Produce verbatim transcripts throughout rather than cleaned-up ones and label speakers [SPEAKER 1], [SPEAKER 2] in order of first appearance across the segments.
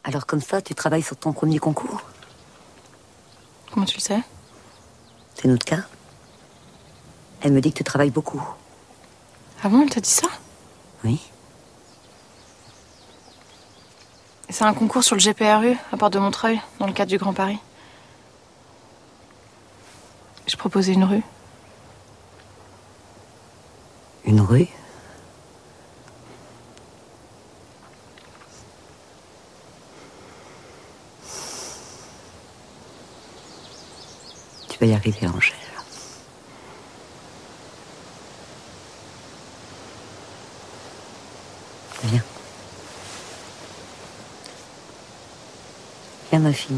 [SPEAKER 1] Alors comme ça, tu travailles sur ton premier concours?
[SPEAKER 2] Comment tu le sais?
[SPEAKER 1] C'est notre cas. Elle me dit que tu travailles beaucoup.
[SPEAKER 2] Ah bon, elle t'a dit ça?
[SPEAKER 1] Oui.
[SPEAKER 2] C'est un concours sur le G P R U, à Porte de Montreuil, dans le cadre du Grand Paris. Je proposais une rue.
[SPEAKER 1] Une rue? Tu vas y arriver, Angèle. Viens. Viens, ma fille.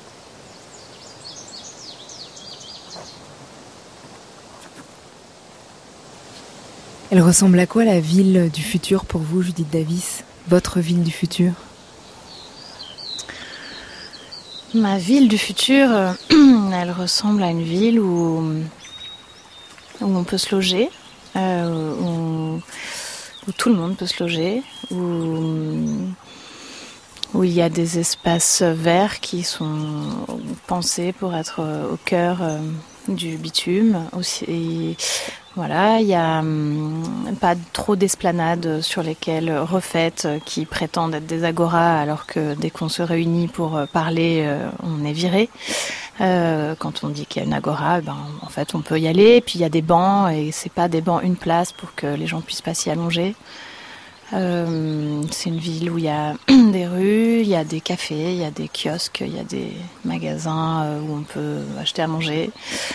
[SPEAKER 3] Elle ressemble à quoi la ville du futur pour vous, Judith Davis? Votre ville du futur?
[SPEAKER 2] Ma ville du futur, euh, elle ressemble à une ville où, où on peut se loger, euh, où, où tout le monde peut se loger, où, où il y a des espaces verts qui sont pensés pour être au cœur euh, du bitume. Aussi, et, voilà, il n'y a hum, pas trop d'esplanades sur lesquelles refaites qui prétendent être des agoras alors que dès qu'on se réunit pour parler, euh, on est viré. Euh, quand on dit qu'il y a une agora, ben, en fait on peut y aller. Et puis il y a des bancs et c'est pas des bancs une place pour que les gens puissent pas s'y allonger. Euh, c'est une ville où il y a des rues, il y a des cafés, il y a des kiosques, il y a des magasins où on peut acheter à manger.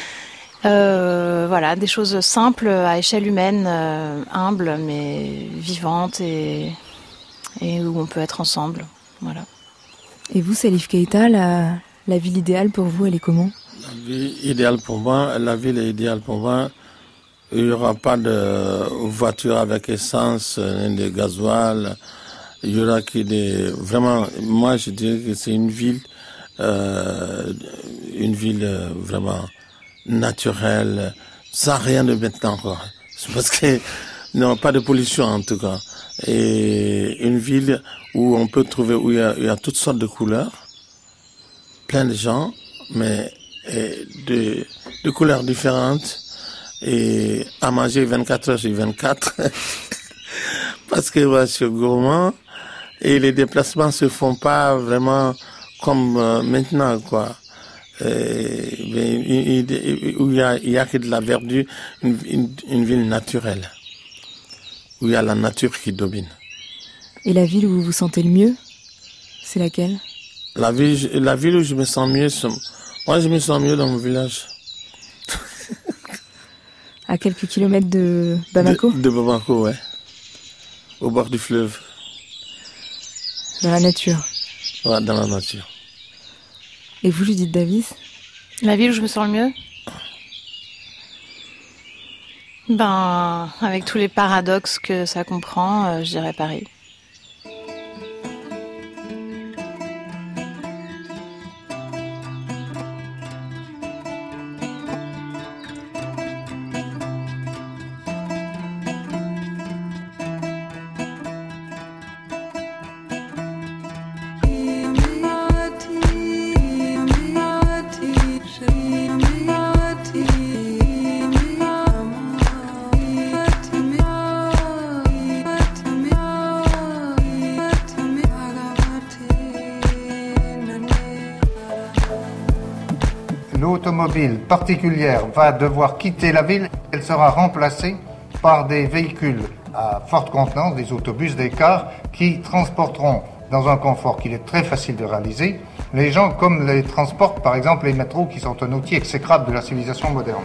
[SPEAKER 2] Euh, voilà, des choses simples à échelle humaine, euh, humbles mais vivantes et, et où on peut être ensemble. Voilà.
[SPEAKER 3] Et vous, Salif Keïta, la, la ville idéale pour vous, elle est comment?
[SPEAKER 4] La ville idéale pour moi, la ville est idéale pour moi. Il n'y aura pas de voiture avec essence, ni de gasoil. Il y aura que des... Vraiment, moi je dirais que c'est une ville, euh, une ville vraiment naturelle, sans rien de maintenant, quoi. C'est parce que, non, pas de pollution en tout cas. Et une ville où on peut trouver, où il y a, il y a toutes sortes de couleurs, plein de gens, mais de, de couleurs différentes. Et à manger vingt-quatre heures sur vingt-quatre parce que ouais, je suis gourmand et les déplacements se font pas vraiment comme euh, maintenant, quoi. Et, mais, où il y a, il y a que de la verdure, une, une, une ville naturelle où il y a la nature qui domine.
[SPEAKER 3] Et la ville où vous vous sentez le mieux, c'est laquelle?
[SPEAKER 4] La ville, la ville où je me sens mieux, c'est... moi je me sens mieux dans mon village.
[SPEAKER 3] À quelques kilomètres de Bamako?
[SPEAKER 4] De, de Bamako, ouais. Au bord du fleuve.
[SPEAKER 3] Dans la nature?
[SPEAKER 4] Ouais, dans la nature.
[SPEAKER 3] Et vous, Judith Davis?
[SPEAKER 2] La ville où je me sens le mieux? Ben, avec tous les paradoxes que ça comprend, euh, je dirais Paris.
[SPEAKER 5] L'automobile particulière va devoir quitter la ville. Elle sera remplacée par des véhicules à forte contenance, des autobus, des cars, qui transporteront dans un confort qu'il est très facile de réaliser les gens comme les transportent par exemple les métros qui sont un outil exécrable de la civilisation moderne.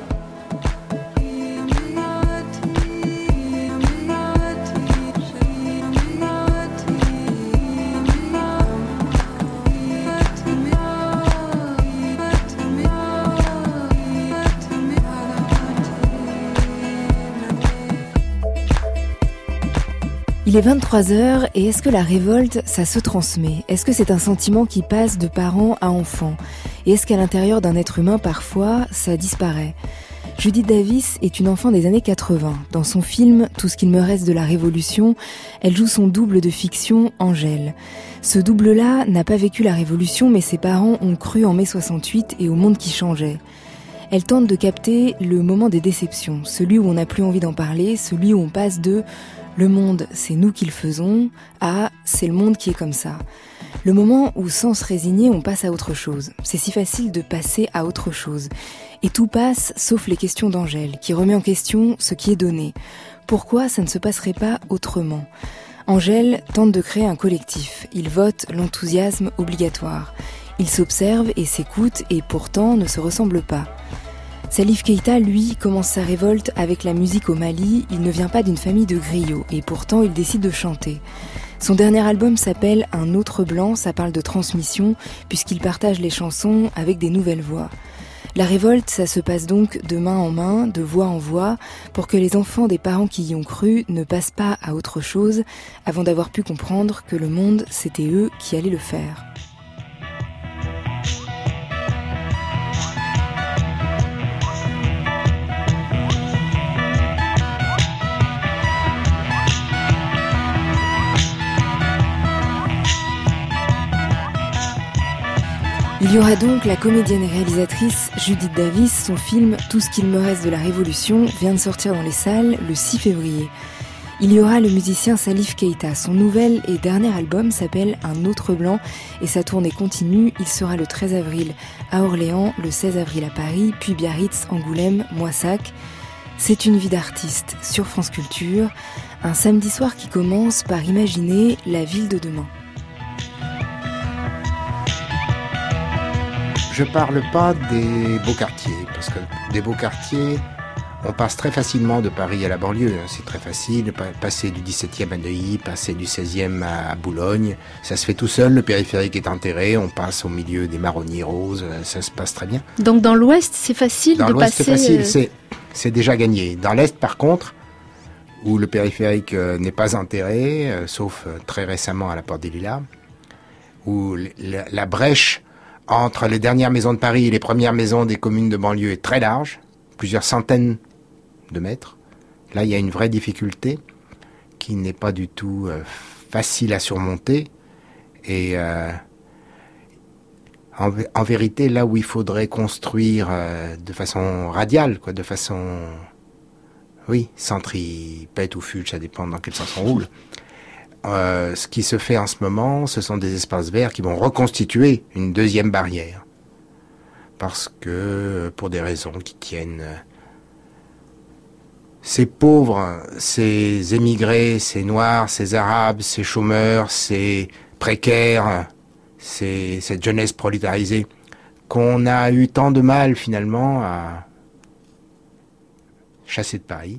[SPEAKER 3] Il est vingt-trois heures et est-ce que la révolte, ça se transmet? Est-ce que c'est un sentiment qui passe de parents à enfants? Et est-ce qu'à l'intérieur d'un être humain, parfois, ça disparaît? Judith Davis est une enfant des années quatre-vingts. Dans son film « Tout ce qu'il me reste de la Révolution », elle joue son double de fiction, Angèle. Ce double-là n'a pas vécu la Révolution, mais ses parents ont cru en mai soixante-huit et au monde qui changeait. Elle tente de capter le moment des déceptions, celui où on n'a plus envie d'en parler, celui où on passe de « le monde, c'est nous qui le faisons » à « c'est le monde qui est comme ça ». Le moment où, sans se résigner, on passe à autre chose. C'est si facile de passer à autre chose. Et tout passe, sauf les questions d'Angèle, qui remet en question ce qui est donné. Pourquoi ça ne se passerait pas autrement ? Angèle tente de créer un collectif. Il vote l'enthousiasme obligatoire. Il s'observe et s'écoute et pourtant ne se ressemble pas. Salif Keïta, lui, commence sa révolte avec la musique au Mali. Il ne vient pas d'une famille de griots et pourtant il décide de chanter. Son dernier album s'appelle Un autre blanc, ça parle de transmission puisqu'il partage les chansons avec des nouvelles voix. La révolte, ça se passe donc de main en main, de voix en voix, pour que les enfants des parents qui y ont cru ne passent pas à autre chose avant d'avoir pu comprendre que le monde, c'était eux qui allaient le faire. Il y aura donc la comédienne et réalisatrice Judith Davis. Son film « Tout ce qu'il me reste de la Révolution » vient de sortir dans les salles le six février. Il y aura le musicien Salif Keïta. Son nouvel et dernier album s'appelle Un autre blanc et sa tournée continue. Il sera le treize avril à Orléans, le seize avril à Paris, puis Biarritz, Angoulême, Moissac. C'est une vie d'artiste sur France Culture. Un samedi soir qui commence par imaginer la ville de demain.
[SPEAKER 6] Je parle pas des beaux quartiers, parce que des beaux quartiers, on passe très facilement de Paris à la banlieue. C'est très facile, passer du dix-septième à Neuilly, passer du seizième à Boulogne. Ça se fait tout seul, le périphérique est enterré, on passe au milieu des marronniers roses, ça se passe très bien.
[SPEAKER 7] Donc dans l'ouest, c'est facile
[SPEAKER 6] dans
[SPEAKER 7] de
[SPEAKER 6] l'ouest,
[SPEAKER 7] passer...
[SPEAKER 6] c'est facile, c'est, c'est déjà gagné. Dans l'est, par contre, où le périphérique n'est pas enterré, sauf très récemment à la Porte des Lilas, où la, la brèche entre les dernières maisons de Paris et les premières maisons des communes de banlieue est très large, plusieurs centaines de mètres. Là, il y a une vraie difficulté qui n'est pas du tout euh, facile à surmonter. Et euh, en, en vérité, là où il faudrait construire euh, de façon radiale, quoi, de façon, oui, centripète ou fuge, ça dépend dans quel sens on roule. Euh, ce qui se fait en ce moment, ce sont des espaces verts qui vont reconstituer une deuxième barrière. Parce que, pour des raisons qui tiennent... Ces pauvres, ces émigrés, ces noirs, ces arabes, ces chômeurs, ces précaires, ces, cette jeunesse prolétarisée, qu'on a eu tant de mal finalement à chasser de Paris.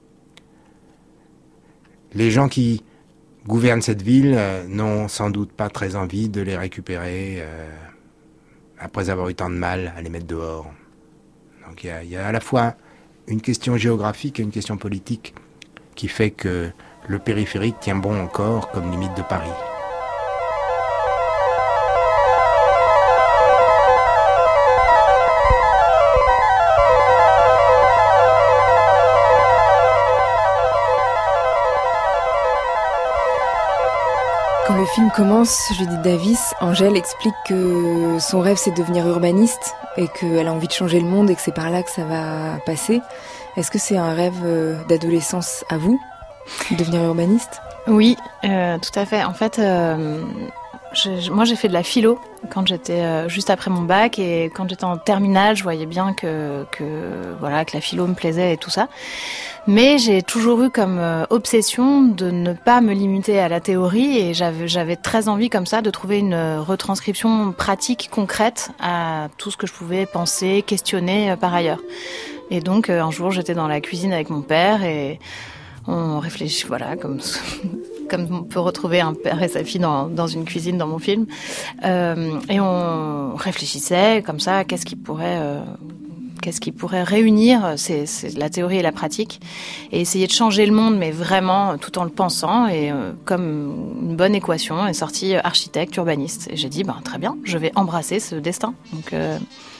[SPEAKER 6] Les gens qui gouvernent cette ville euh, n'ont sans doute pas très envie de les récupérer euh, après avoir eu tant de mal à les mettre dehors. Donc il y, y a à la fois une question géographique et une question politique qui fait que le périphérique tient bon encore comme limite de Paris.
[SPEAKER 3] Quand le film commence, Judith Davis, Angèle explique que son rêve c'est de devenir urbaniste et qu'elle a envie de changer le monde et que c'est par là que ça va passer. Est-ce que c'est un rêve d'adolescence à vous, devenir urbaniste ?
[SPEAKER 2] Oui, euh, tout à fait. En fait, euh, je, moi j'ai fait de la philo quand j'étais euh, juste après mon bac et quand j'étais en terminale, je voyais bien que, que, voilà, que la philo me plaisait et tout ça. Mais j'ai toujours eu comme euh, obsession de ne pas me limiter à la théorie et j'avais, j'avais très envie comme ça de trouver une retranscription pratique, concrète à tout ce que je pouvais penser, questionner euh, par ailleurs. Et donc euh, un jour j'étais dans la cuisine avec mon père et on réfléchit, voilà, comme comme on peut retrouver un père et sa fille dans, dans une cuisine dans mon film. Euh, et on réfléchissait comme ça, qu'est-ce qui pourrait... Euh, Qu'est-ce qui pourrait réunir c'est, c'est la théorie et la pratique et essayer de changer le monde, mais vraiment tout en le pensant. Et euh, comme une bonne équation est sortie architecte, urbaniste. Et j'ai dit, ben, très bien, je vais embrasser ce destin. Donc, euh,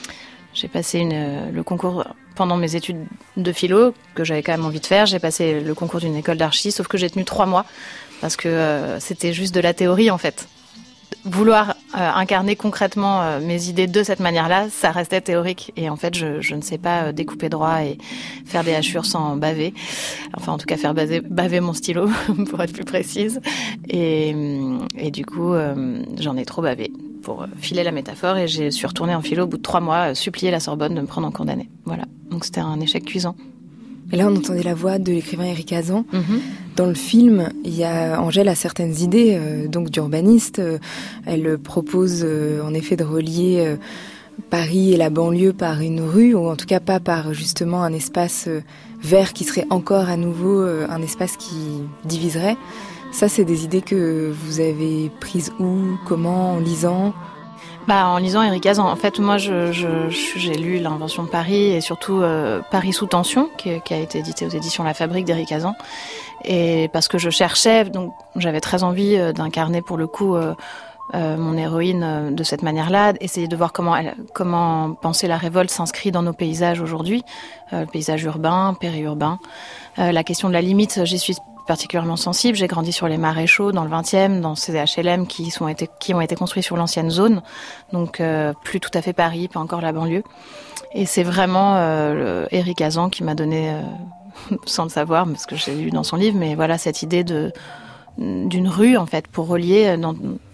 [SPEAKER 2] J'ai passé une, le concours pendant mes études de philo, que j'avais quand même envie de faire. J'ai passé le concours d'une école d'archi, sauf que j'ai tenu trois mois, parce que euh, c'était juste de la théorie en fait. Vouloir euh, incarner concrètement euh, mes idées de cette manière-là, ça restait théorique. Et en fait, je, je ne sais pas euh, découper droit et faire des hachures sans baver. Enfin, en tout cas, faire baver, baver mon stylo, pour être plus précise. Et, et du coup, euh, j'en ai trop bavé, pour filer la métaphore. Et je suis retournée en philo au bout de trois mois, euh, supplier la Sorbonne de me prendre en cours d'année. Voilà. Donc c'était un échec cuisant.
[SPEAKER 3] Et là, on entendait la voix de l'écrivain Éric Hazan.
[SPEAKER 2] Mm-hmm.
[SPEAKER 3] Dans le film, il y a Angèle a certaines idées, euh, donc d'urbaniste. Euh, elle propose euh, en effet de relier euh, Paris et la banlieue par une rue, ou en tout cas pas par justement un espace euh, vert qui serait encore à nouveau euh, un espace qui diviserait. Ça, c'est des idées que vous avez prises où, comment, en lisant ?
[SPEAKER 2] Bah, en lisant Éric Hazan. En fait, moi, je, je, j'ai lu L'Invention de Paris et surtout euh, Paris sous tension, qui, qui a été édité aux éditions La Fabrique d'Éric Hazan. Et parce que je cherchais, donc j'avais très envie euh, d'incarner pour le coup euh, euh, mon héroïne euh, de cette manière-là, essayer de voir comment, elle, comment penser la révolte s'inscrit dans nos paysages aujourd'hui, euh, le paysage urbain, périurbain. Euh, la question de la limite, j'y suis particulièrement sensible. J'ai grandi sur les maréchaux dans le vingtième, dans ces H L M qui, sont été, qui ont été construits sur l'ancienne zone, donc euh, plus tout à fait Paris, pas encore la banlieue. Et c'est vraiment euh, Éric Hazan qui m'a donné, euh, sans le savoir, parce que j'ai lu dans son livre, mais voilà cette idée de, d'une rue en fait, pour relier dans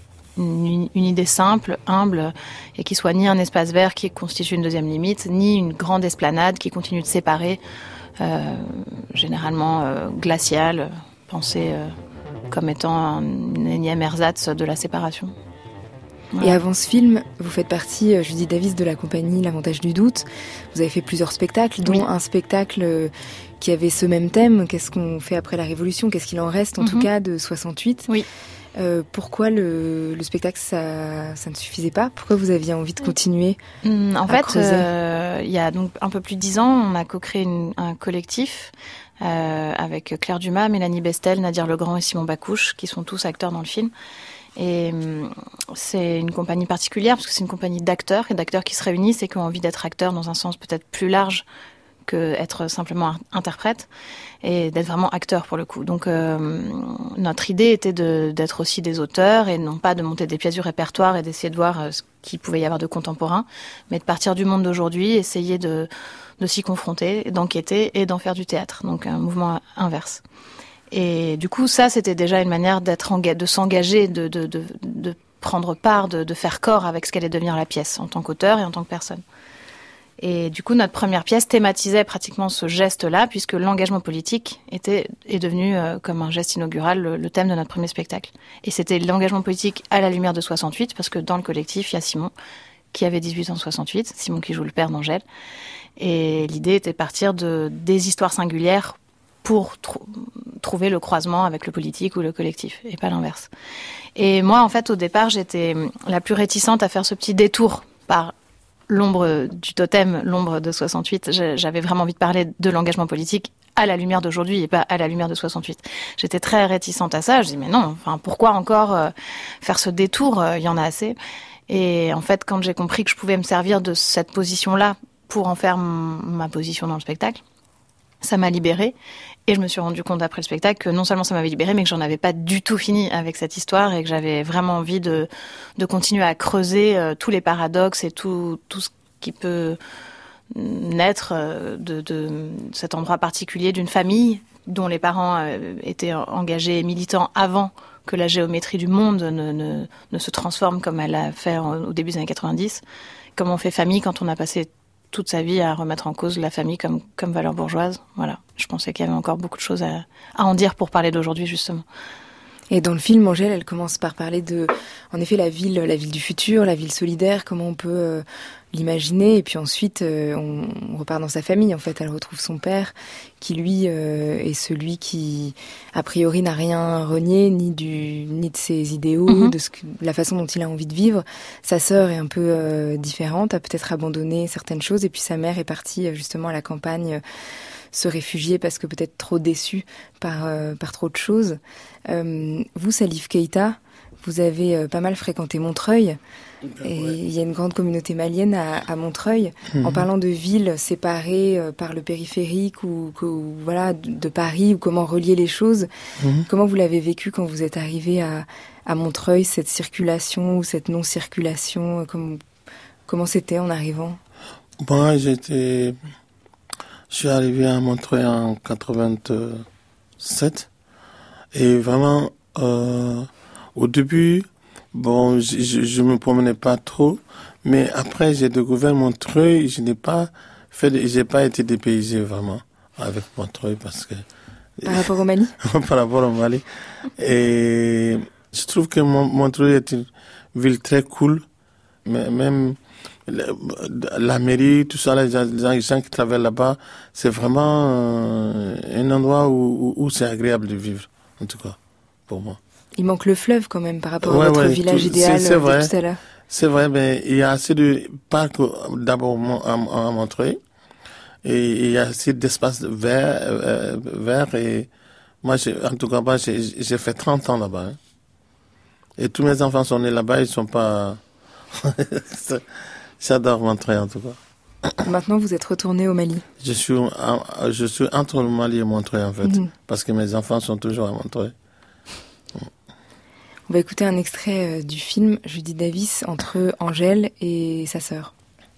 [SPEAKER 2] une, une idée simple, humble, et qui soit ni un espace vert qui constitue une deuxième limite, ni une grande esplanade qui continue de séparer. Euh, généralement euh, glaciale, pensée euh, comme étant un énième ersatz de la séparation. Voilà.
[SPEAKER 3] Et avant ce film, vous faites partie, euh, Judith Davis, de la compagnie L'Avantage du doute. Vous avez fait plusieurs spectacles, dont oui. un spectacle euh, qui avait ce même thème, qu'est-ce qu'on fait après la Révolution, qu'est-ce qu'il en reste en mm-hmm. tout cas de soixante-huit.
[SPEAKER 2] Oui.
[SPEAKER 3] Euh, pourquoi le, le spectacle, ça, ça ne suffisait pas ? Pourquoi vous aviez envie de continuer
[SPEAKER 2] mmh, En
[SPEAKER 3] à
[SPEAKER 2] fait,
[SPEAKER 3] creuser
[SPEAKER 2] euh, il y a donc un peu plus de dix ans, on a co-créé une, un collectif euh, avec Claire Dumas, Mélanie Bestel, Nadir Legrand et Simon Bacouche, qui sont tous acteurs dans le film. Et euh, c'est une compagnie particulière, parce que c'est une compagnie d'acteurs, et d'acteurs qui se réunissent et qui ont envie d'être acteurs dans un sens peut-être plus large que être simplement interprète, et d'être vraiment acteur pour le coup. Donc euh, notre idée était de, d'être aussi des auteurs, et non pas de monter des pièces du répertoire et d'essayer de voir euh, ce qu'il pouvait y avoir de contemporain, mais de partir du monde d'aujourd'hui, essayer de, de s'y confronter, d'enquêter et d'en faire du théâtre. Donc un mouvement inverse. Et du coup, ça, c'était déjà une manière d'être enga- de s'engager, de, de, de, de prendre part, de, de faire corps avec ce qu'allait devenir la pièce, en tant qu'auteur et en tant que personne. Et du coup, notre première pièce thématisait pratiquement ce geste-là, puisque l'engagement politique était, est devenu, euh, comme un geste inaugural, le, le thème de notre premier spectacle. Et c'était l'engagement politique à la lumière de soixante-huit, parce que dans le collectif, il y a Simon, qui avait dix-huit ans en soixante-huit, Simon qui joue le père d'Angèle. Et l'idée était de partir de, des histoires singulières pour tr- trouver le croisement avec le politique ou le collectif, et pas l'inverse. Et moi, en fait, au départ, j'étais la plus réticente à faire ce petit détour par l'ombre du totem, l'ombre de soixante-huit. J'avais vraiment envie de parler de l'engagement politique à la lumière d'aujourd'hui et pas à la lumière de soixante-huit. J'étais très réticente à ça. Je dis mais non, enfin pourquoi encore euh, faire ce détour ? Il y en a assez. Et en fait, quand j'ai compris que je pouvais me servir de cette position-là pour en faire m- ma position dans le spectacle, ça m'a libérée. Et je me suis rendu compte après le spectacle que non seulement ça m'avait libérée, mais que j'en avais pas du tout fini avec cette histoire et que j'avais vraiment envie de, de continuer à creuser euh, tous les paradoxes et tout, tout ce qui peut naître euh, de, de cet endroit particulier d'une famille dont les parents euh, étaient engagés et militants avant que la géométrie du monde ne, ne, ne se transforme comme elle a fait en, au début des années quatre-vingt-dix. Comment on fait famille quand on a passé toute sa vie à remettre en cause la famille comme, comme valeur bourgeoise. Voilà. Je pensais qu'il y avait encore beaucoup de choses à, à en dire pour parler d'aujourd'hui, justement.
[SPEAKER 3] Et dans le film, Angèle, elle commence par parler de, en effet, la ville, la ville du futur, la ville solidaire, comment on peut euh, l'imaginer. Et puis ensuite, euh, on, on repart dans sa famille. En fait, elle retrouve son père, qui lui euh, est celui qui, a priori, n'a rien renié, ni du, ni de ses idéaux, mm-hmm. de ce que, la façon dont il a envie de vivre. Sa sœur est un peu euh, différente, a peut-être abandonné certaines choses. Et puis sa mère est partie justement à la campagne. Euh, se réfugier parce que peut-être trop déçu par, euh, par trop de choses. Euh, vous, Salif Keïta, Vous avez euh, pas mal fréquenté Montreuil. Et ouais. Il y a une grande communauté malienne à, à Montreuil. Mmh. En parlant de villes séparées euh, par le périphérique ou, ou voilà de, de Paris, ou comment relier les choses, mmh. comment vous l'avez vécu quand vous êtes arrivé à, à Montreuil, cette circulation ou cette non-circulation, euh, comment, comment c'était en arrivant?
[SPEAKER 4] Moi, j'étais, je suis arrivé à Montreuil en quatre-vingt-sept et vraiment euh, au début. Bon, je, je, je me promenais pas trop, mais après j'ai découvert Montreuil, je n'ai pas fait, de, j'ai pas été dépaysé vraiment avec Montreuil parce que.
[SPEAKER 3] Par rapport au Mali.
[SPEAKER 4] Par rapport au Mali. Et je trouve que Montreuil est une ville très cool, mais même la, la mairie, tout ça, les gens, les gens qui travaillent là-bas, c'est vraiment euh, un endroit où, où, où c'est agréable de vivre, en tout cas, pour moi.
[SPEAKER 3] Il manque le fleuve quand même par rapport
[SPEAKER 4] ouais,
[SPEAKER 3] à votre
[SPEAKER 4] ouais,
[SPEAKER 3] village
[SPEAKER 4] tout,
[SPEAKER 3] idéal
[SPEAKER 4] c'est, c'est vrai,
[SPEAKER 3] de tout à l'heure.
[SPEAKER 4] C'est vrai, mais il y a assez de parcs d'abord à, à Montreuil et il y a assez d'espaces verts, euh, verts et moi, j'ai, en tout cas, moi, j'ai, j'ai fait trente ans là-bas. Hein. Et tous mes enfants sont nés là-bas, ils sont pas... J'adore Montreuil en tout cas.
[SPEAKER 3] Maintenant, vous êtes retourné au Mali.
[SPEAKER 4] Je suis, je suis entre le Mali et Montreuil en fait, mmh. parce que mes enfants sont toujours à Montreuil.
[SPEAKER 3] On va écouter un extrait du film Judith Davis entre Angèle et sa sœur.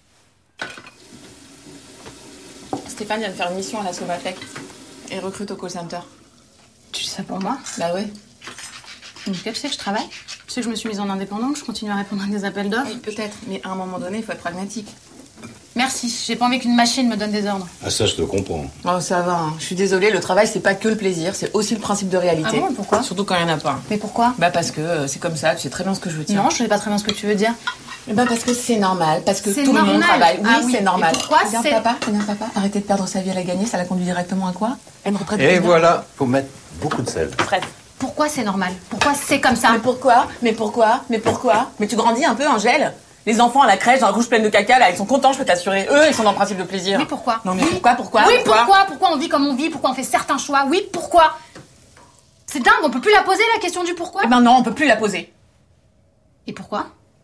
[SPEAKER 8] Stéphane vient de faire une mission à la Somatec et recrute au call center.
[SPEAKER 9] Tu dis ça pour moi?
[SPEAKER 8] Bah ouais.
[SPEAKER 9] Donc tu sais que je travaille? Tu sais que je me suis mise en indépendant, que je continue à répondre à des appels d'offres?
[SPEAKER 8] Oui, peut-être, mais à un moment donné, il faut être pragmatique.
[SPEAKER 9] Merci, j'ai pas envie qu'une machine me donne des ordres.
[SPEAKER 10] Ah ça, je te comprends.
[SPEAKER 8] Oh, ça va, hein. Je suis désolée, le travail, c'est pas que le plaisir, c'est aussi le principe de réalité.
[SPEAKER 9] Ah bon, pourquoi?
[SPEAKER 8] Surtout quand il y en a pas.
[SPEAKER 9] Mais pourquoi?
[SPEAKER 8] Bah parce que euh, c'est comme ça, tu sais très bien ce que je veux dire.
[SPEAKER 9] Non, je sais pas très bien ce que tu veux dire.
[SPEAKER 8] Bah parce que c'est normal, parce que
[SPEAKER 9] c'est
[SPEAKER 8] tout
[SPEAKER 9] normal.
[SPEAKER 8] le monde travaille. Oui,
[SPEAKER 9] ah, oui.
[SPEAKER 8] c'est normal.
[SPEAKER 9] Et pourquoi
[SPEAKER 8] regarde
[SPEAKER 9] c'est...
[SPEAKER 8] papa, regarde papa, arrêtez de perdre sa vie à la gagner, ça la conduit directement à quoi? À une retraite.
[SPEAKER 10] Et voilà, faut mettre beaucoup de sel.
[SPEAKER 8] Bref.
[SPEAKER 9] Pourquoi c'est normal? Pourquoi c'est comme ça?
[SPEAKER 8] Mais pourquoi? Mais pourquoi? Mais pourquoi? Mais tu grandis un peu, Angèle? Les enfants à la crèche, dans la couche pleine de caca, là, ils sont contents, je peux t'assurer. Eux, ils sont dans le principe de plaisir.
[SPEAKER 9] Oui, pourquoi?
[SPEAKER 8] Non, mais oui. pourquoi, pourquoi?
[SPEAKER 9] Oui,
[SPEAKER 8] pourquoi?
[SPEAKER 9] pourquoi? Pourquoi on vit comme on vit? Pourquoi on fait certains choix? Oui, pourquoi? C'est dingue, on peut plus la poser, la question du pourquoi?
[SPEAKER 8] Eh ben non, on peut plus la poser.
[SPEAKER 9] Et pourquoi?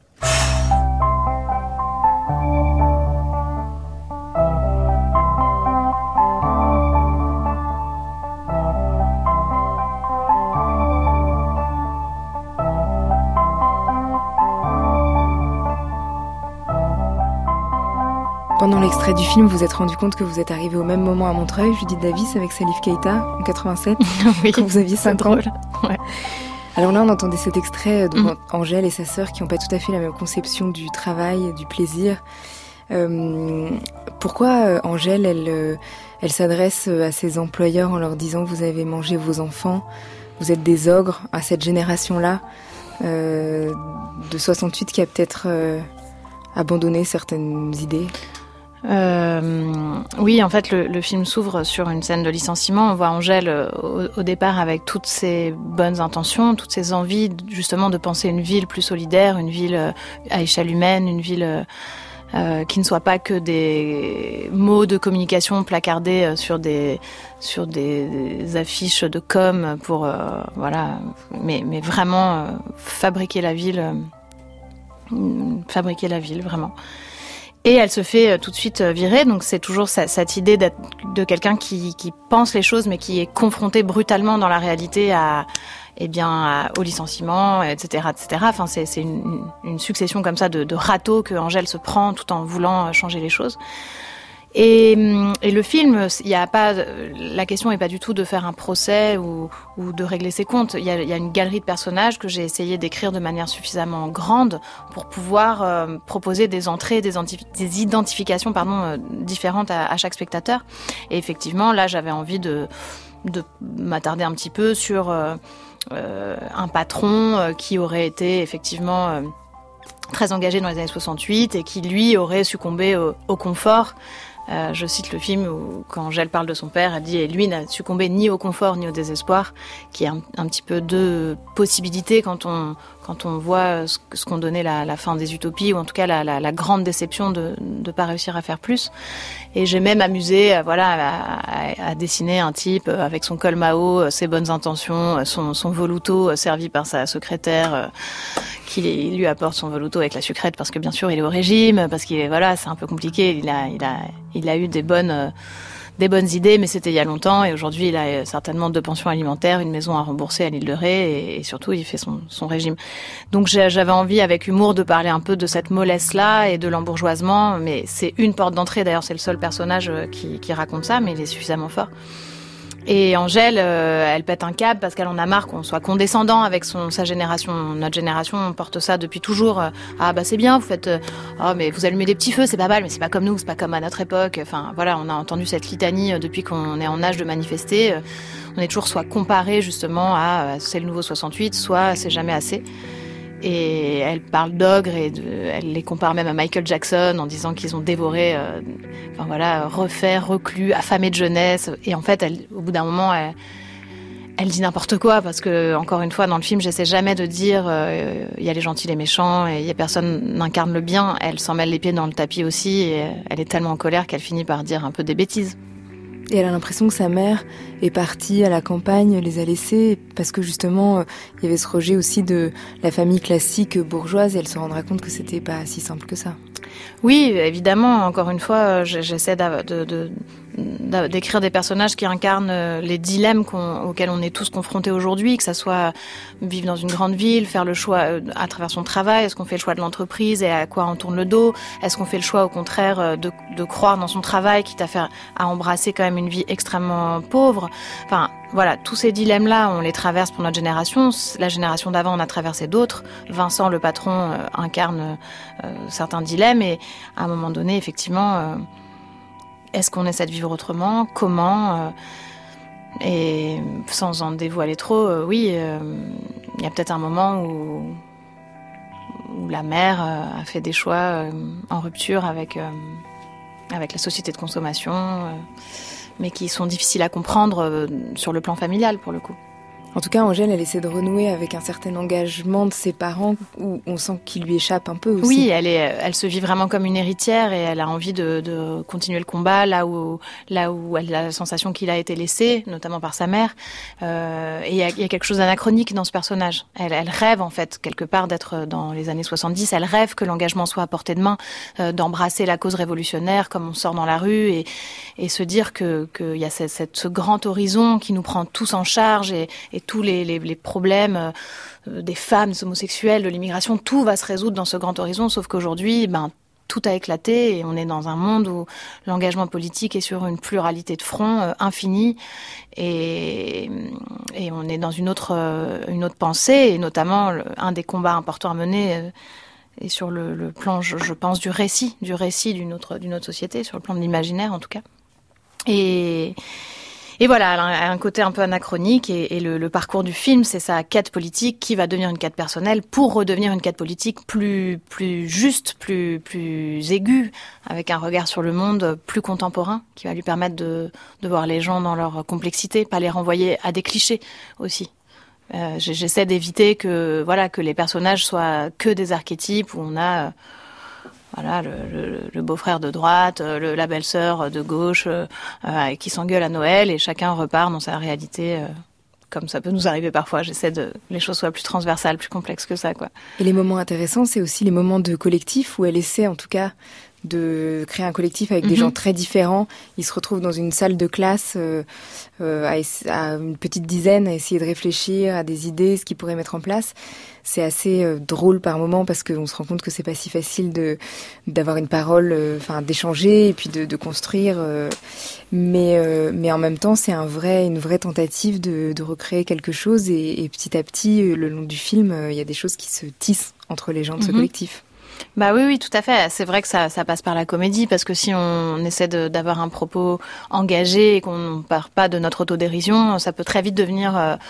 [SPEAKER 3] Pendant l'extrait du film, vous vous êtes rendu compte que vous êtes arrivé au même moment à Montreuil, Judith Davis, avec Salif Keïta, en quatre-vingt-sept,
[SPEAKER 9] oui,
[SPEAKER 3] quand vous aviez cinq ans.
[SPEAKER 9] Ouais.
[SPEAKER 3] Alors là, on entendait cet extrait de
[SPEAKER 9] mmh.
[SPEAKER 3] Angèle et sa sœur qui n'ont pas tout à fait la même conception du travail, du plaisir. Euh, pourquoi euh, Angèle, elle, euh, elle s'adresse à ses employeurs en leur disant « vous avez mangé vos enfants, vous êtes des ogres » à cette génération-là euh, de soixante-huit qui a peut-être euh, abandonné certaines idées?
[SPEAKER 2] Euh, oui, en fait, le, le film s'ouvre sur une scène de licenciement. On voit Angèle euh, au, au départ avec toutes ses bonnes intentions, toutes ses envies, justement, de penser une ville plus solidaire, une ville euh, à échelle humaine, une ville euh, euh, qui ne soit pas que des mots de communication placardés euh, sur des sur des, des affiches de com pour euh, voilà, mais mais vraiment euh, fabriquer la ville, euh, fabriquer la ville vraiment. Et elle se fait tout de suite virer, donc c'est toujours cette idée d'être de quelqu'un qui, qui pense les choses, mais qui est confronté brutalement dans la réalité à, eh bien, à, au licenciement, et cetera, et cetera. Enfin, c'est, c'est une, une succession comme ça de, de râteaux que Angèle se prend tout en voulant changer les choses. Et, et le film, il y a pas, la question n'est pas du tout de faire un procès ou, ou de régler ses comptes. Il y a, il y a une galerie de personnages que j'ai essayé d'écrire de manière suffisamment grande pour pouvoir euh, proposer des entrées, des, anti- des identifications pardon, euh, différentes à, à chaque spectateur. Et effectivement, là, j'avais envie de, de m'attarder un petit peu sur euh, euh, un patron euh, qui aurait été effectivement euh, très engagé dans les années soixante-huit et qui, lui, aurait succombé au, au confort. Euh, je cite le film où, quand Angèle parle de son père, elle dit « Et lui n'a succombé ni au confort ni au désespoir », qui est un, un petit peu deux possibilités quand on, quand on voit ce, ce qu'on donnait la, la fin des utopies, ou en tout cas la, la, la grande déception de ne pas réussir à faire plus. Et j'ai même amusé voilà, à, à, à dessiner un type avec son col Mao, ses bonnes intentions, son, son voluto servi par sa secrétaire qui lui apporte son voluto avec la sucrète parce que bien sûr il est au régime, parce qu'il est voilà, c'est un peu compliqué. Il a, il a, il a eu des bonnes, des bonnes idées, mais c'était il y a longtemps. Et aujourd'hui, il a certainement deux pensions alimentaires, une maison à rembourser à l'île de Ré, et, et surtout, il fait son, son régime. Donc j'avais envie, avec humour, de parler un peu de cette mollesse-là et de l'embourgeoisement. Mais c'est une porte d'entrée. D'ailleurs, c'est le seul personnage qui, qui raconte ça, mais il est suffisamment fort. Et Angèle, euh, elle pète un câble parce qu'elle en a marre qu'on soit condescendant avec son, sa génération. Notre génération, on porte ça depuis toujours. Ah bah c'est bien, vous faites, euh, oh mais vous allumez des petits feux, c'est pas mal, mais c'est pas comme nous, c'est pas comme à notre époque. Enfin voilà, on a entendu cette litanie depuis qu'on est en âge de manifester. On est toujours soit comparé justement à c'est le nouveau soixante-huit, soit c'est jamais assez. Et elle parle d'ogres et de, elle les compare même à Michael Jackson en disant qu'ils ont dévoré, euh, enfin voilà, refait, reclus, affamé de jeunesse. Et en fait, elle, au bout d'un moment, elle, elle dit n'importe quoi parce que, encore une fois, dans le film, j'essaie jamais de dire il euh, y a les gentils, les méchants, et il y a personne n'incarne le bien. Elle s'en mêle les pieds dans le tapis aussi, et elle est tellement en colère qu'elle finit par dire un peu des bêtises.
[SPEAKER 3] Et elle a l'impression que sa mère est partie à la campagne, les a laissés, parce que justement, euh, il y avait ce rejet aussi de la famille classique bourgeoise, et elle se rendra compte que c'était pas si simple que ça.
[SPEAKER 2] Oui, évidemment, encore une fois, j'essaie de, de, de, d'écrire des personnages qui incarnent les dilemmes qu'on, auxquels on est tous confrontés aujourd'hui, que ça soit vivre dans une grande ville, faire le choix à travers son travail, est-ce qu'on fait le choix de l'entreprise et à quoi on tourne le dos, est-ce qu'on fait le choix au contraire de, de croire dans son travail, quitte à faire, à embrasser quand même une vie extrêmement pauvre. Enfin, voilà, tous ces dilemmes-là, on les traverse pour notre génération. La génération d'avant, on a traversé d'autres. Vincent, le patron, euh, incarne euh, certains dilemmes. Et à un moment donné, effectivement, euh, est-ce qu'on essaie de vivre autrement ? Comment euh, Et sans en dévoiler trop, euh, oui, il euh, y a peut-être un moment où, où la mère euh, a fait des choix euh, en rupture avec, euh, avec la société de consommation, euh, mais qui sont difficiles à comprendre euh, sur le plan familial, pour le coup.
[SPEAKER 3] En tout cas, Angèle, elle essaie de renouer avec un certain engagement de ses parents où on sent qu'il lui échappe un peu aussi.
[SPEAKER 2] Oui, elle, est, elle se vit vraiment comme une héritière et elle a envie de, de continuer le combat là où, là où elle a la sensation qu'il a été laissé, notamment par sa mère. Euh, et il y, a, il y a quelque chose d'anachronique dans ce personnage. Elle, elle rêve, en fait, quelque part, d'être dans les années soixante-dix. Elle rêve que l'engagement soit à portée de main, euh, d'embrasser la cause révolutionnaire comme on sort dans la rue et, et se dire que, qu'il y a cette, cette, ce grand horizon qui nous prend tous en charge et, et tous les, les, les problèmes euh, des femmes, des homosexuels, de l'immigration, tout va se résoudre dans ce grand horizon, sauf qu'aujourd'hui, ben, tout a éclaté et on est dans un monde où l'engagement politique est sur une pluralité de fronts euh, infinie et, et on est dans une autre, euh, une autre pensée, et notamment le, un des combats importants à mener euh, est sur le, le plan, je, je pense, du récit, du récit d'une autre, d'une autre société, sur le plan de l'imaginaire en tout cas. Et... Et voilà, elle a un côté un peu anachronique et, et le, le parcours du film, c'est sa quête politique qui va devenir une quête personnelle pour redevenir une quête politique plus plus juste, plus plus aiguë, avec un regard sur le monde plus contemporain qui va lui permettre de, de voir les gens dans leur complexité, pas les renvoyer à des clichés aussi. Euh, j'essaie d'éviter que voilà que les personnages soient que des archétypes où on a... Euh, Voilà, le, le, le beau-frère de droite, le, la belle-sœur de gauche, euh, euh, qui s'engueule à Noël et chacun repart dans sa réalité, euh, comme ça peut nous arriver parfois. J'essaie de que les choses soient plus transversales, plus complexes que ça, quoi.
[SPEAKER 3] Et les moments intéressants, c'est aussi les moments de collectif où elle essaie, en tout cas, de créer un collectif avec mm-hmm. des gens très différents. Ils se retrouvent dans une salle de classe euh, euh, à, à une petite dizaine, à essayer de réfléchir à des idées, ce qu'ils pourraient mettre en place. C'est assez euh, drôle par moments parce qu'on se rend compte que c'est pas si facile de d'avoir une parole, enfin euh, d'échanger et puis de, de construire. Euh, mais euh, mais en même temps, c'est un vrai une vraie tentative de, de recréer quelque chose et, et petit à petit, le long du film, il euh, y a des choses qui se tissent entre les gens de ce mm-hmm. collectif.
[SPEAKER 2] Bah oui, oui, tout à fait. C'est vrai que ça, ça passe par la comédie, parce que si on essaie de, d'avoir un propos engagé et qu'on ne part pas de notre autodérision, ça peut très vite devenir euh,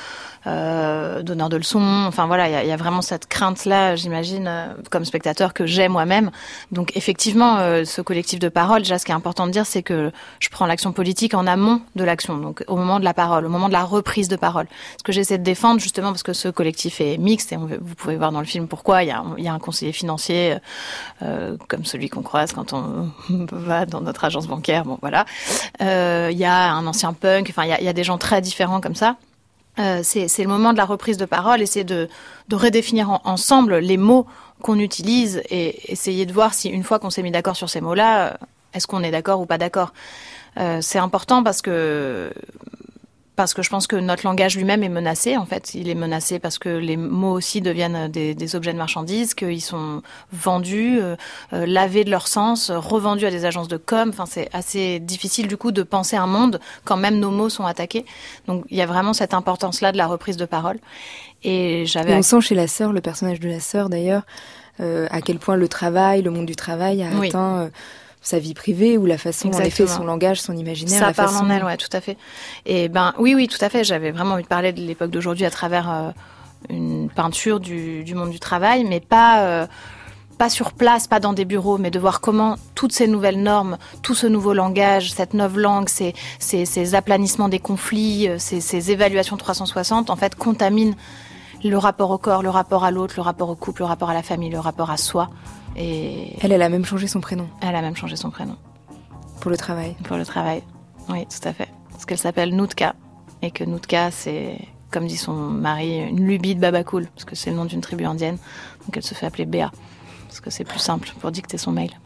[SPEAKER 2] euh, donneur de leçons. Enfin voilà, il y a, y a vraiment cette crainte-là, j'imagine, euh, comme spectateur, que j'ai moi-même. Donc effectivement, euh, ce collectif de parole, déjà, ce qui est important de dire, c'est que je prends l'action politique en amont de l'action, donc au moment de la parole, au moment de la reprise de parole. Ce que j'essaie de défendre, justement, parce que ce collectif est mixte, et on, vous pouvez voir dans le film pourquoi. Il y a, il y a un conseiller financier, euh, comme celui qu'on croise quand on va dans notre agence bancaire. Bon, voilà. Euh, il y a un ancien punk. Enfin, il y a, il y a des gens très différents comme ça. Euh, c'est, c'est le moment de la reprise de parole, essayer de, de redéfinir en, ensemble les mots qu'on utilise et essayer de voir si, une fois qu'on s'est mis d'accord sur ces mots-là, est-ce qu'on est d'accord ou pas d'accord. Euh, c'est important parce que parce que je pense que notre langage lui-même est menacé. En fait, il est menacé parce que les mots aussi deviennent des, des objets de marchandises, qu'ils sont vendus, euh, euh, lavés de leur sens, revendus à des agences de com. Enfin, c'est assez difficile du coup de penser un monde quand même nos mots sont attaqués. Donc, il y a vraiment cette importance-là de la reprise de parole. Et j'avais.
[SPEAKER 3] Et on sent chez la sœur, le personnage de la sœur d'ailleurs, euh, à quel point le travail, le monde du travail a
[SPEAKER 2] oui.
[SPEAKER 3] atteint. Euh, sa vie privée ou la façon,
[SPEAKER 2] Exactement.
[SPEAKER 3] en effet, son langage, son imaginaire.
[SPEAKER 2] Ça
[SPEAKER 3] la
[SPEAKER 2] parle
[SPEAKER 3] façon...
[SPEAKER 2] en elle, ouais, tout à fait. Et ben, oui, oui, tout à fait. J'avais vraiment envie de parler de l'époque d'aujourd'hui à travers euh, une peinture du, du monde du travail, mais pas, euh, pas sur place, pas dans des bureaux, mais de voir comment toutes ces nouvelles normes, tout ce nouveau langage, cette nouvelle langue, ces, ces, ces aplanissements des conflits, ces, ces évaluations trois cent soixante, en fait, contaminent le rapport au corps, le rapport à l'autre, le rapport au couple, le rapport à la famille, le rapport à soi. Et
[SPEAKER 3] elle, elle a même changé son prénom.
[SPEAKER 2] Elle a même changé son prénom.
[SPEAKER 3] Pour le travail.
[SPEAKER 2] Pour le travail, oui, tout à fait. Parce qu'elle s'appelle Nootka. Et que Nootka, c'est, comme dit son mari, une lubie de Babacool. Parce que c'est le nom d'une tribu indienne. Donc elle se fait appeler Béa. Parce que c'est plus simple pour dicter son mail.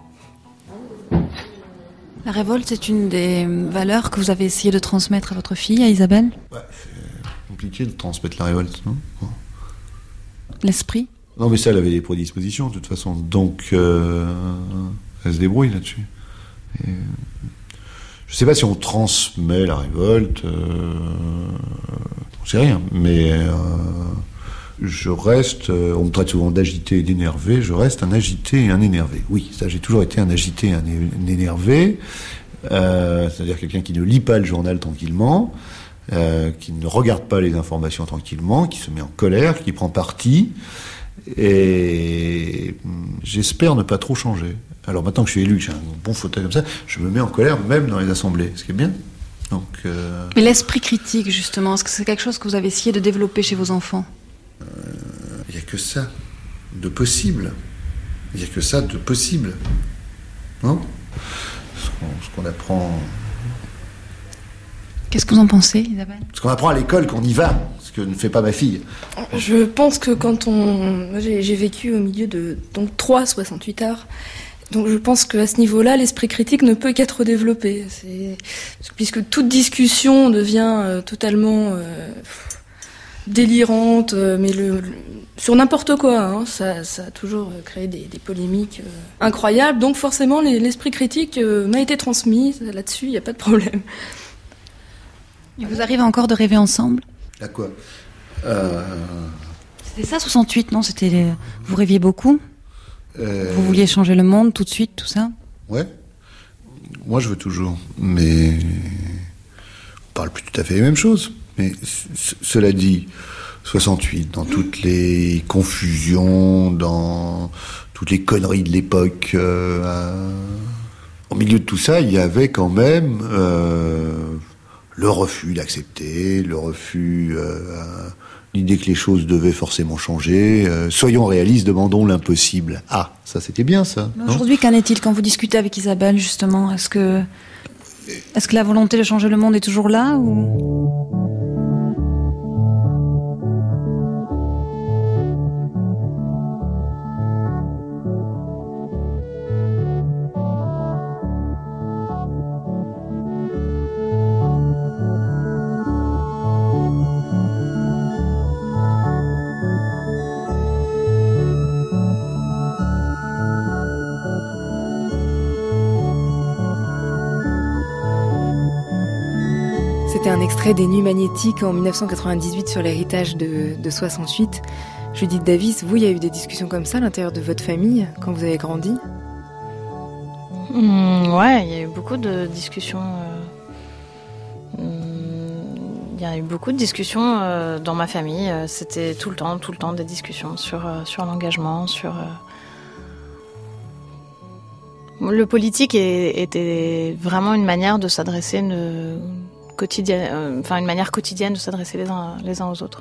[SPEAKER 11] La révolte, c'est une des valeurs que vous avez essayé de transmettre à votre fille, à Isabelle ?
[SPEAKER 12] Ouais, c'est compliqué de transmettre la révolte, non ?
[SPEAKER 11] L'esprit ?
[SPEAKER 12] Non, mais ça, elle avait des prédispositions, de toute façon. Donc, euh, elle se débrouille là-dessus. Et, je sais pas si on transmet la révolte, euh, je sais rien, mais euh, je reste, euh, on me traite souvent d'agité et d'énervé, je reste un agité et un énervé. Oui, ça, j'ai toujours été un agité et un, é- un énervé, euh, c'est-à-dire quelqu'un qui ne lit pas le journal tranquillement, euh, qui ne regarde pas les informations tranquillement, qui se met en colère, qui prend parti. Et j'espère ne pas trop changer. Alors maintenant que je suis élu, que j'ai un bon fauteuil comme ça, je me mets en colère même dans les assemblées, ce qui est bien. Donc, euh...
[SPEAKER 11] Mais l'esprit critique, justement, est-ce que c'est quelque chose que vous avez essayé de développer chez vos enfants ?
[SPEAKER 12] Il euh, n'y a que ça de possible. Il n'y a que ça de possible. Non ? Ce qu'on, ce qu'on apprend...
[SPEAKER 11] Qu'est-ce que vous en pensez, Isabelle ?
[SPEAKER 12] Ce qu'on apprend à l'école, qu'on y va, ce que ne fait pas ma fille.
[SPEAKER 7] Je pense que quand on... J'ai, j'ai vécu au milieu de donc, trois soixante-huit heures, donc je pense qu'à ce niveau-là, l'esprit critique ne peut qu'être développé. C'est... Puisque toute discussion devient euh, totalement euh, délirante, euh, mais le, le... sur n'importe quoi, hein, ça, ça a toujours créé des, des polémiques euh, incroyables. Donc forcément, les, l'esprit critique euh, m'a été transmis, là-dessus, il n'y a pas de problème.
[SPEAKER 11] Et vous arrivez encore de rêver ensemble ?
[SPEAKER 12] À quoi ? euh...
[SPEAKER 11] C'était ça, soixante-huit, non ? C'était... Vous rêviez beaucoup ?
[SPEAKER 12] euh...
[SPEAKER 11] Vous vouliez changer le monde tout de suite, tout ça ?
[SPEAKER 12] Ouais. Moi, je veux toujours. Mais... On parle plus tout à fait les mêmes choses. Mais c- cela dit, soixante-huit, dans toutes les confusions, dans toutes les conneries de l'époque, euh, euh... au milieu de tout ça, il y avait quand même... Euh... le refus d'accepter, le refus, euh, l'idée que les choses devaient forcément changer. Euh, soyons réalistes, demandons l'impossible. Ah, ça c'était bien ça.
[SPEAKER 11] Mais aujourd'hui, qu'en est-il quand vous discutez avec Isabelle, justement ? Est-ce que, est-ce que la volonté de changer le monde est toujours là ou...
[SPEAKER 3] C'était un extrait des Nuits magnétiques en dix-neuf cent quatre-vingt-dix-huit sur l'héritage de, de soixante-huit. Judith Davis, vous, il y a eu des discussions comme ça à l'intérieur de votre famille quand vous avez grandi ?
[SPEAKER 2] Mmh, ouais, il y a eu beaucoup de discussions euh, mmh, il y a eu beaucoup de discussions euh, dans ma famille. Euh, c'était tout le temps, tout le temps des discussions sur, euh, sur l'engagement, sur... Euh... Le politique est, était vraiment une manière de s'adresser, une, quotidienne, euh, enfin une manière quotidienne de s'adresser les uns, les uns aux autres.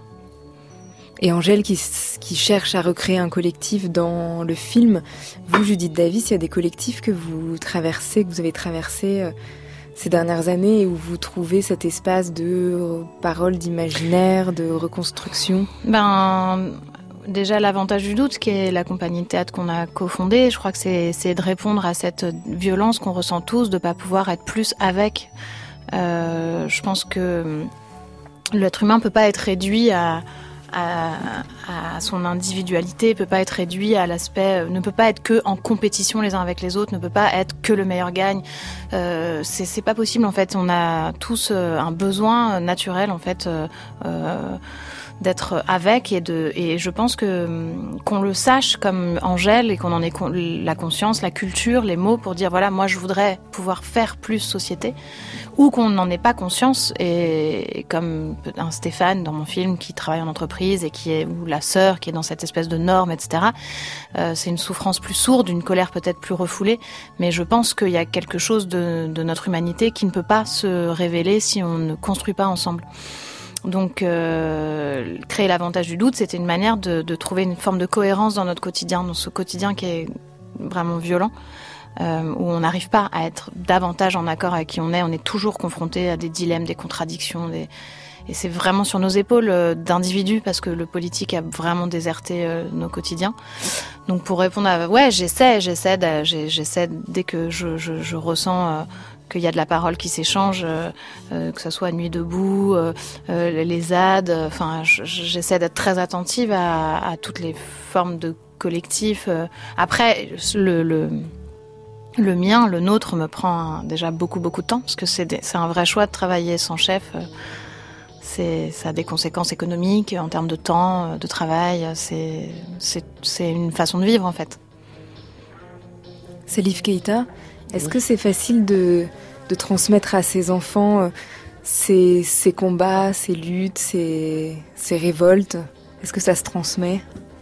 [SPEAKER 3] Et Angèle qui, qui cherche à recréer un collectif dans le film. Vous, Judith Davis, il y a des collectifs que vous traversez, que vous avez traversés euh, ces dernières années et où vous trouvez cet espace de euh, parole, d'imaginaire, de reconstruction.
[SPEAKER 2] Ben, déjà, l'Avantage du doute, qui est la compagnie de théâtre qu'on a cofondée, je crois que c'est, c'est de répondre à cette violence qu'on ressent tous, de ne pas pouvoir être plus avec. Euh, je pense que l'être humain ne peut pas être réduit à... À, à son individualité, peut pas être réduit à l'aspect, ne peut pas être que en compétition les uns avec les autres, ne peut pas être que le meilleur gagne. Euh, c'est, c'est pas possible en fait. On a tous un besoin naturel en fait euh, euh, d'être avec et de et je pense que qu'on le sache comme Angèle et qu'on en ait con, la conscience, la culture, les mots pour dire voilà moi je voudrais pouvoir faire plus société ou qu'on n'en ait pas conscience et, et comme un Stéphane dans mon film qui travaille en entreprise et qui est ou la sœur qui est dans cette espèce de norme et cetera. Euh, c'est une souffrance plus sourde, une colère peut-être plus refoulée, mais je pense qu'il y a quelque chose de, de notre humanité qui ne peut pas se révéler si on ne construit pas ensemble. Donc, euh, créer l'Avantage du doute, c'était une manière de, de trouver une forme de cohérence dans notre quotidien, dans ce quotidien qui est vraiment violent, euh, où on n'arrive pas à être davantage en accord avec qui on est. On est toujours confronté à des dilemmes, des contradictions, des... et c'est vraiment sur nos épaules euh, d'individus, parce que le politique a vraiment déserté euh, nos quotidiens. Donc, pour répondre à... Ouais, j'essaie, j'essaie, de, j'essaie dès que je, je, je ressens... Euh, qu'il y a de la parole qui s'échange, euh, euh, que ce soit Nuit debout, euh, euh, les Z A D. Enfin, euh, j'essaie d'être très attentive à, à toutes les formes de collectifs. Euh. Après, le, le, le mien, le nôtre, me prend déjà beaucoup, beaucoup de temps, parce que c'est, des, c'est un vrai choix de travailler sans chef. C'est, ça a des conséquences économiques, en termes de temps, de travail. C'est, c'est, c'est une façon de vivre, en fait.
[SPEAKER 3] Salif Keïta, est-ce que c'est facile de, de transmettre à ses enfants euh, ces, ces combats, ces luttes, ces, ces révoltes? Est-ce que ça se transmet?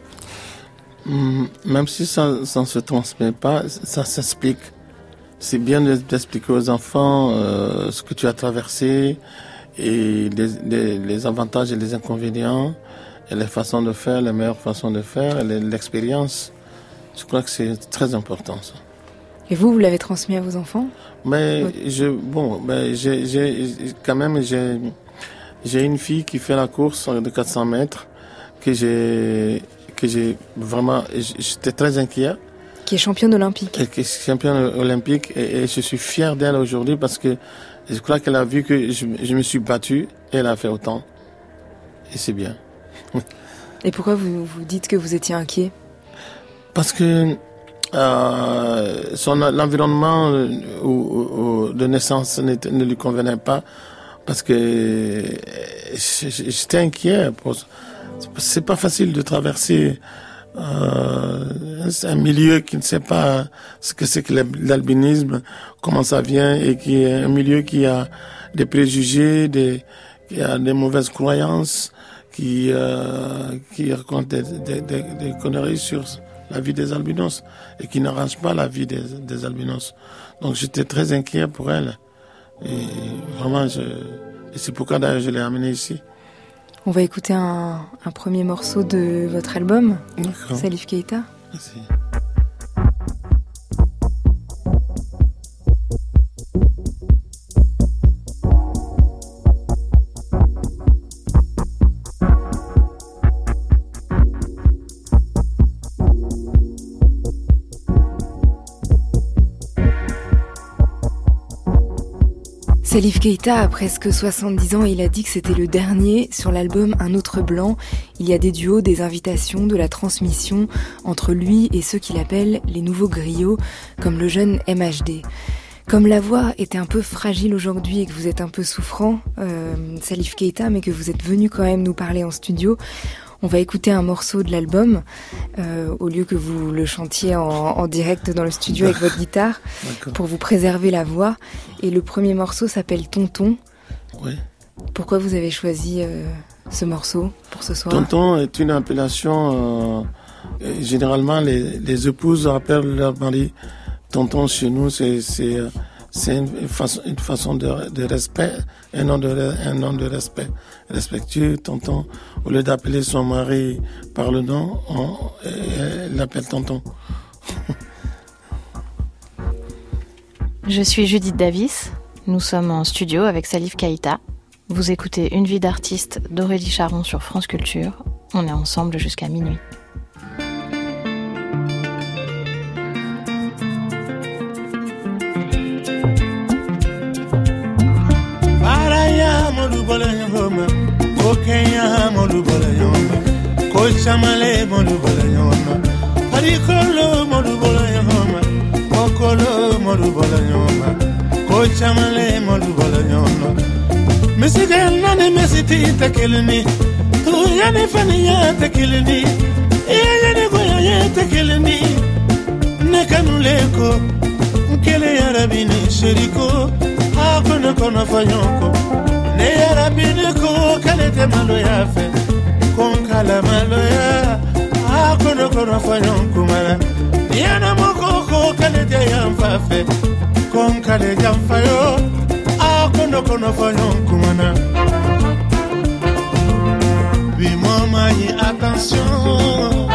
[SPEAKER 4] Même si ça ne se transmet pas, ça s'explique. C'est bien d'expliquer aux enfants euh, ce que tu as traversé et les, les, les avantages et les inconvénients et les façons de faire, les meilleures façons de faire, et l'expérience. Je crois que c'est très important, ça.
[SPEAKER 3] Et vous, vous l'avez transmis à vos enfants?
[SPEAKER 4] Mais oui. je, bon, ben j'ai, j'ai, quand même, j'ai, j'ai une fille qui fait la course de quatre cents mètres, que j'ai, que j'ai vraiment, j'étais très inquiet.
[SPEAKER 3] Qui est championne olympique.
[SPEAKER 4] Et qui est championne olympique, et, et je suis fier d'elle aujourd'hui parce que je crois qu'elle a vu que je, je me suis battu et elle a fait autant. Et c'est bien.
[SPEAKER 3] Et pourquoi vous, vous dites que vous étiez inquiet? Parce que
[SPEAKER 4] Euh, son l'environnement euh, où, où, de naissance ne, ne lui convenait pas parce que j'étais inquiet. Pour, c'est pas facile de traverser euh, un milieu qui ne sait pas ce que c'est que l'albinisme, comment ça vient, et qui est un milieu qui a des préjugés, des, qui a des mauvaises croyances, qui, euh, qui raconte des, des, des, des conneries sur la vie des albinos et qui n'arrange pas la vie des, des albinos. Donc j'étais très inquiet pour elle. Et vraiment, je, et c'est pourquoi d'ailleurs je l'ai amenée ici.
[SPEAKER 3] On va écouter un, un premier morceau de votre album,
[SPEAKER 4] D'accord.
[SPEAKER 3] Salif Keïta.
[SPEAKER 4] Merci.
[SPEAKER 3] Salif Keïta a presque soixante-dix ans et il a dit que c'était le dernier. Sur l'album Un autre blanc, il y a des duos, des invitations, de la transmission entre lui et ceux qu'il appelle les nouveaux griots, comme le jeune M H D. Comme la voix était un peu fragile aujourd'hui et que vous êtes un peu souffrant, euh, Salif Keïta, mais que vous êtes venu quand même nous parler en studio, on va écouter un morceau de l'album, euh, au lieu que vous le chantiez en, en direct dans le studio avec votre guitare,
[SPEAKER 4] D'accord.
[SPEAKER 3] pour vous préserver la voix. Et le premier morceau s'appelle Tonton.
[SPEAKER 4] Oui.
[SPEAKER 3] Pourquoi vous avez choisi euh, ce morceau pour ce soir?
[SPEAKER 4] Tonton est une appellation... Euh, généralement, les, les épouses appellent leur mari tonton chez nous. C'est, c'est, c'est une, façon, une façon de, de respect, un nom de, un nom de respect. Respectueux, tonton. Au lieu d'appeler son mari par le nom, on, elle l'appelle tonton.
[SPEAKER 2] Je suis Judith Davis. Nous sommes en studio avec Salif Keïta. Vous écoutez Une vie d'artiste d'Aurélie Charon sur France Culture. On est ensemble jusqu'à minuit.
[SPEAKER 13] Mesigal nane mesiti takilni tu yani faniya takilni e yani goya takilni ne kanuleko kele yarabini sheriko akona kona fanyoko ne yarabini ko kale te malo yafe kon kala malo ya akona kona fanyoko mala yana moko ko kale te yamfafe kon kale jamfayo kono kono fanyon kumana bi mama yi attention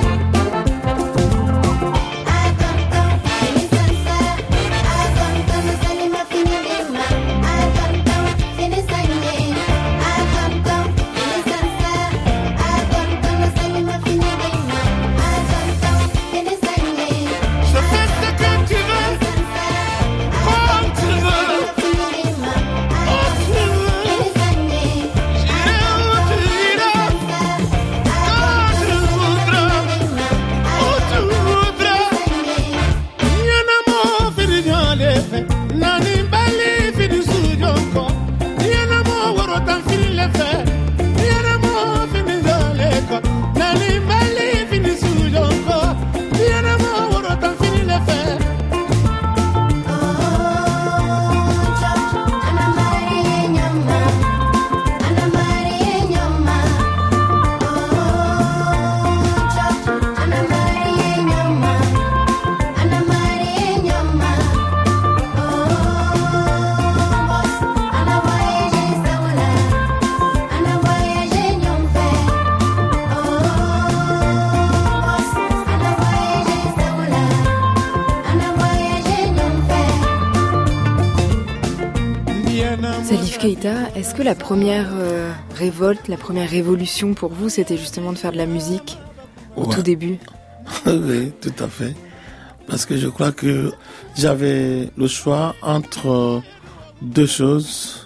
[SPEAKER 3] Salif Keïta, est-ce que la première euh, révolte, la première révolution pour vous, c'était justement de faire de la musique au ouais. tout début?
[SPEAKER 4] Oui, tout à fait. Parce que je crois que j'avais le choix entre deux choses,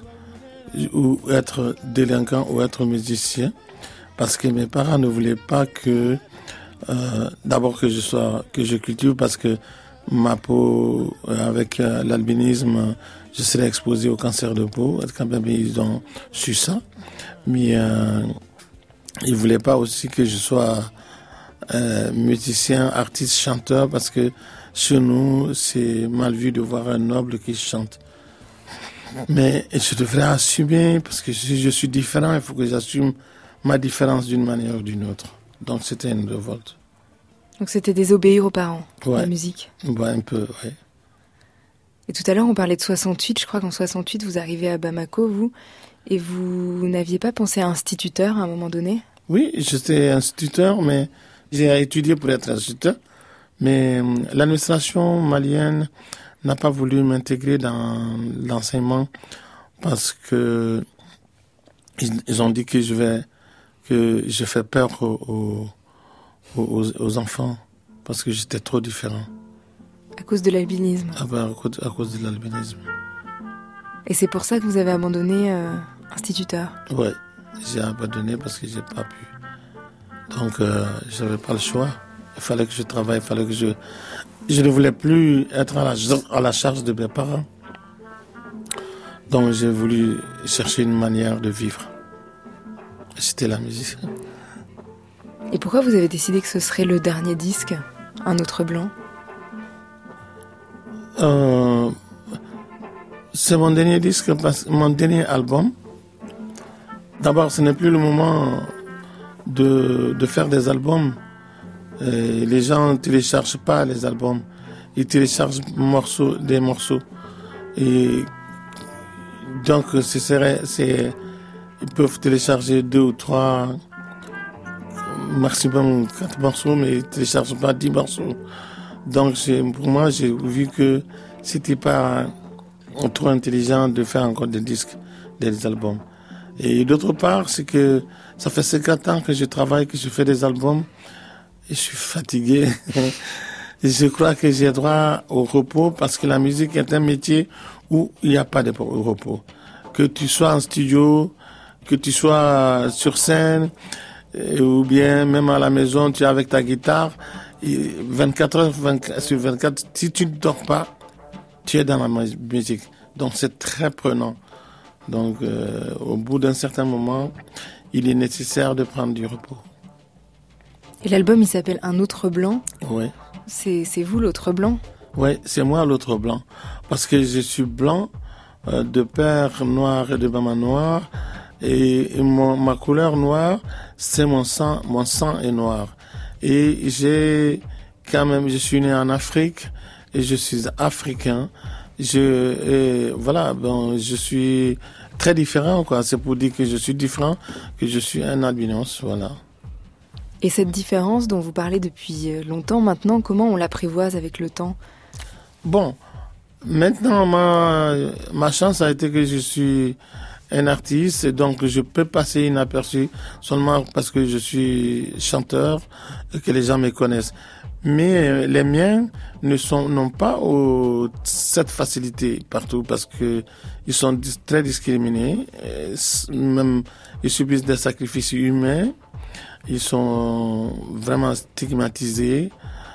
[SPEAKER 4] ou être délinquant ou être musicien. Parce que mes parents ne voulaient pas que, euh, d'abord que je sois, que je cultive, parce que ma peau, avec euh, l'albinisme, je serais exposé au cancer de peau. Quand même, ils ont su ça. Mais euh, ils ne voulaient pas aussi que je sois euh, musicien, artiste, chanteur, parce que chez nous, c'est mal vu de voir un noble qui chante. Mais je devrais assumer, parce que si je suis différent, il faut que j'assume ma différence d'une manière ou d'une autre. Donc c'était une révolte.
[SPEAKER 3] Donc c'était désobéir aux parents,
[SPEAKER 4] ouais.
[SPEAKER 3] la musique.
[SPEAKER 4] Ouais, un peu, oui.
[SPEAKER 3] Et tout à l'heure, on parlait de soixante-huit. Je crois qu'en soixante-huit, vous arrivez à Bamako, vous, et vous n'aviez pas pensé à instituteur à un moment donné?
[SPEAKER 4] Oui, j'étais instituteur, mais j'ai étudié pour être instituteur. Mais l'administration malienne n'a pas voulu m'intégrer dans l'enseignement parce que ils ont dit que je vais, que je fais peur aux, aux, aux enfants parce que j'étais trop différent.
[SPEAKER 3] À cause de l'albinisme.
[SPEAKER 4] Ah ben, à, cause, à cause de l'albinisme.
[SPEAKER 3] Et c'est pour ça que vous avez abandonné euh, instituteur?
[SPEAKER 4] Oui, j'ai abandonné parce que j'ai pas pu. Donc, euh, j'avais pas le choix. Il fallait que je travaille, il fallait que je... Je ne voulais plus être à la, à la charge de mes parents. Donc, j'ai voulu chercher une manière de vivre. C'était la musique.
[SPEAKER 3] Et pourquoi vous avez décidé que ce serait le dernier disque, Un autre blanc?
[SPEAKER 4] Euh, c'est mon dernier disque, mon dernier album, D'abord, ce n'est plus le moment de, de faire des albums. Et les gens ne téléchargent pas les albums. Ils téléchargent morceaux, des morceaux. Et donc, ce serait, c'est, ils peuvent télécharger deux ou trois, maximum quatre morceaux, mais ils ne téléchargent pas dix morceaux. Donc, c'est, pour moi, j'ai vu que c'était pas trop intelligent de faire encore des disques, des albums. Et d'autre part, c'est que ça fait cinquante ans que je travaille, que je fais des albums, et je suis fatigué. Et je crois que j'ai droit au repos parce que la musique est un métier où il n'y a pas de repos. Que tu sois en studio, que tu sois sur scène, ou bien même à la maison, tu es avec ta guitare, et vingt-quatre heures vingt-quatre, sur vingt-quatre, si tu ne dors pas, tu es dans la musique. Donc c'est très prenant. Donc euh, au bout d'un certain moment, il est nécessaire de prendre du repos.
[SPEAKER 3] Et l'album, il s'appelle Un autre blanc.
[SPEAKER 4] Oui.
[SPEAKER 3] C'est, c'est vous l'autre blanc?
[SPEAKER 4] Oui, c'est moi l'autre blanc. Parce que je suis blanc, euh, de père noir et de maman noire. Et, et mon, ma couleur noire, c'est mon sang, mon sang est noir. Et j'ai quand même, je suis né en Afrique et je suis africain. Je, et voilà, bon, je suis très différent, quoi. C'est pour dire que je suis différent, que je suis un albinos, voilà.
[SPEAKER 3] Et cette différence dont vous parlez depuis longtemps maintenant, comment on l'apprivoise avec le temps?
[SPEAKER 4] Bon, maintenant, ma, ma chance a été que je suis un artiste, et donc je peux passer inaperçu seulement parce que je suis chanteur et que les gens me connaissent. Mais les miens ne sont, n'ont pas au, cette facilité partout parce que ils sont très discriminés, même ils subissent des sacrifices humains, ils sont vraiment stigmatisés,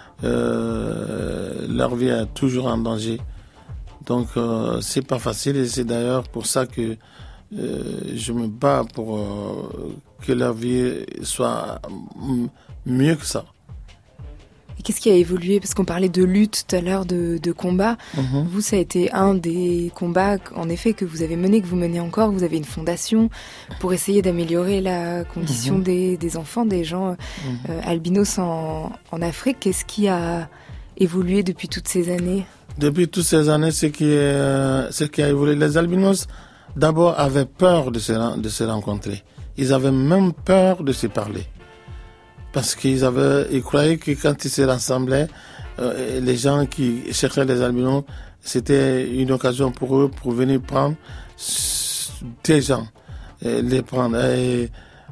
[SPEAKER 4] euh, leur vie est toujours en danger. Donc euh, c'est pas facile et c'est d'ailleurs pour ça que euh, je me bats pour euh, que leur vie soit m- mieux que ça.
[SPEAKER 3] Et qu'est-ce qui a évolué? Parce qu'on parlait de lutte tout à l'heure, de, de combat.
[SPEAKER 4] Mm-hmm.
[SPEAKER 3] Vous, ça a été un des combats, en effet, que vous avez mené, que vous menez encore. Vous avez une fondation pour essayer d'améliorer la condition mm-hmm. des, des enfants, des gens mm-hmm. euh, albinos en, en Afrique. Qu'est-ce qui a évolué depuis toutes ces années?
[SPEAKER 4] Depuis toutes ces années, ce qui, est, ce qui a évolué, les albinos, d'abord, avaient peur de se, de se rencontrer. Ils avaient même peur de se parler. Parce qu'ils avaient, ils croyaient que quand ils se rassemblaient, euh, les gens qui cherchaient les albinos, c'était une occasion pour eux pour venir prendre des gens, et les prendre. Et,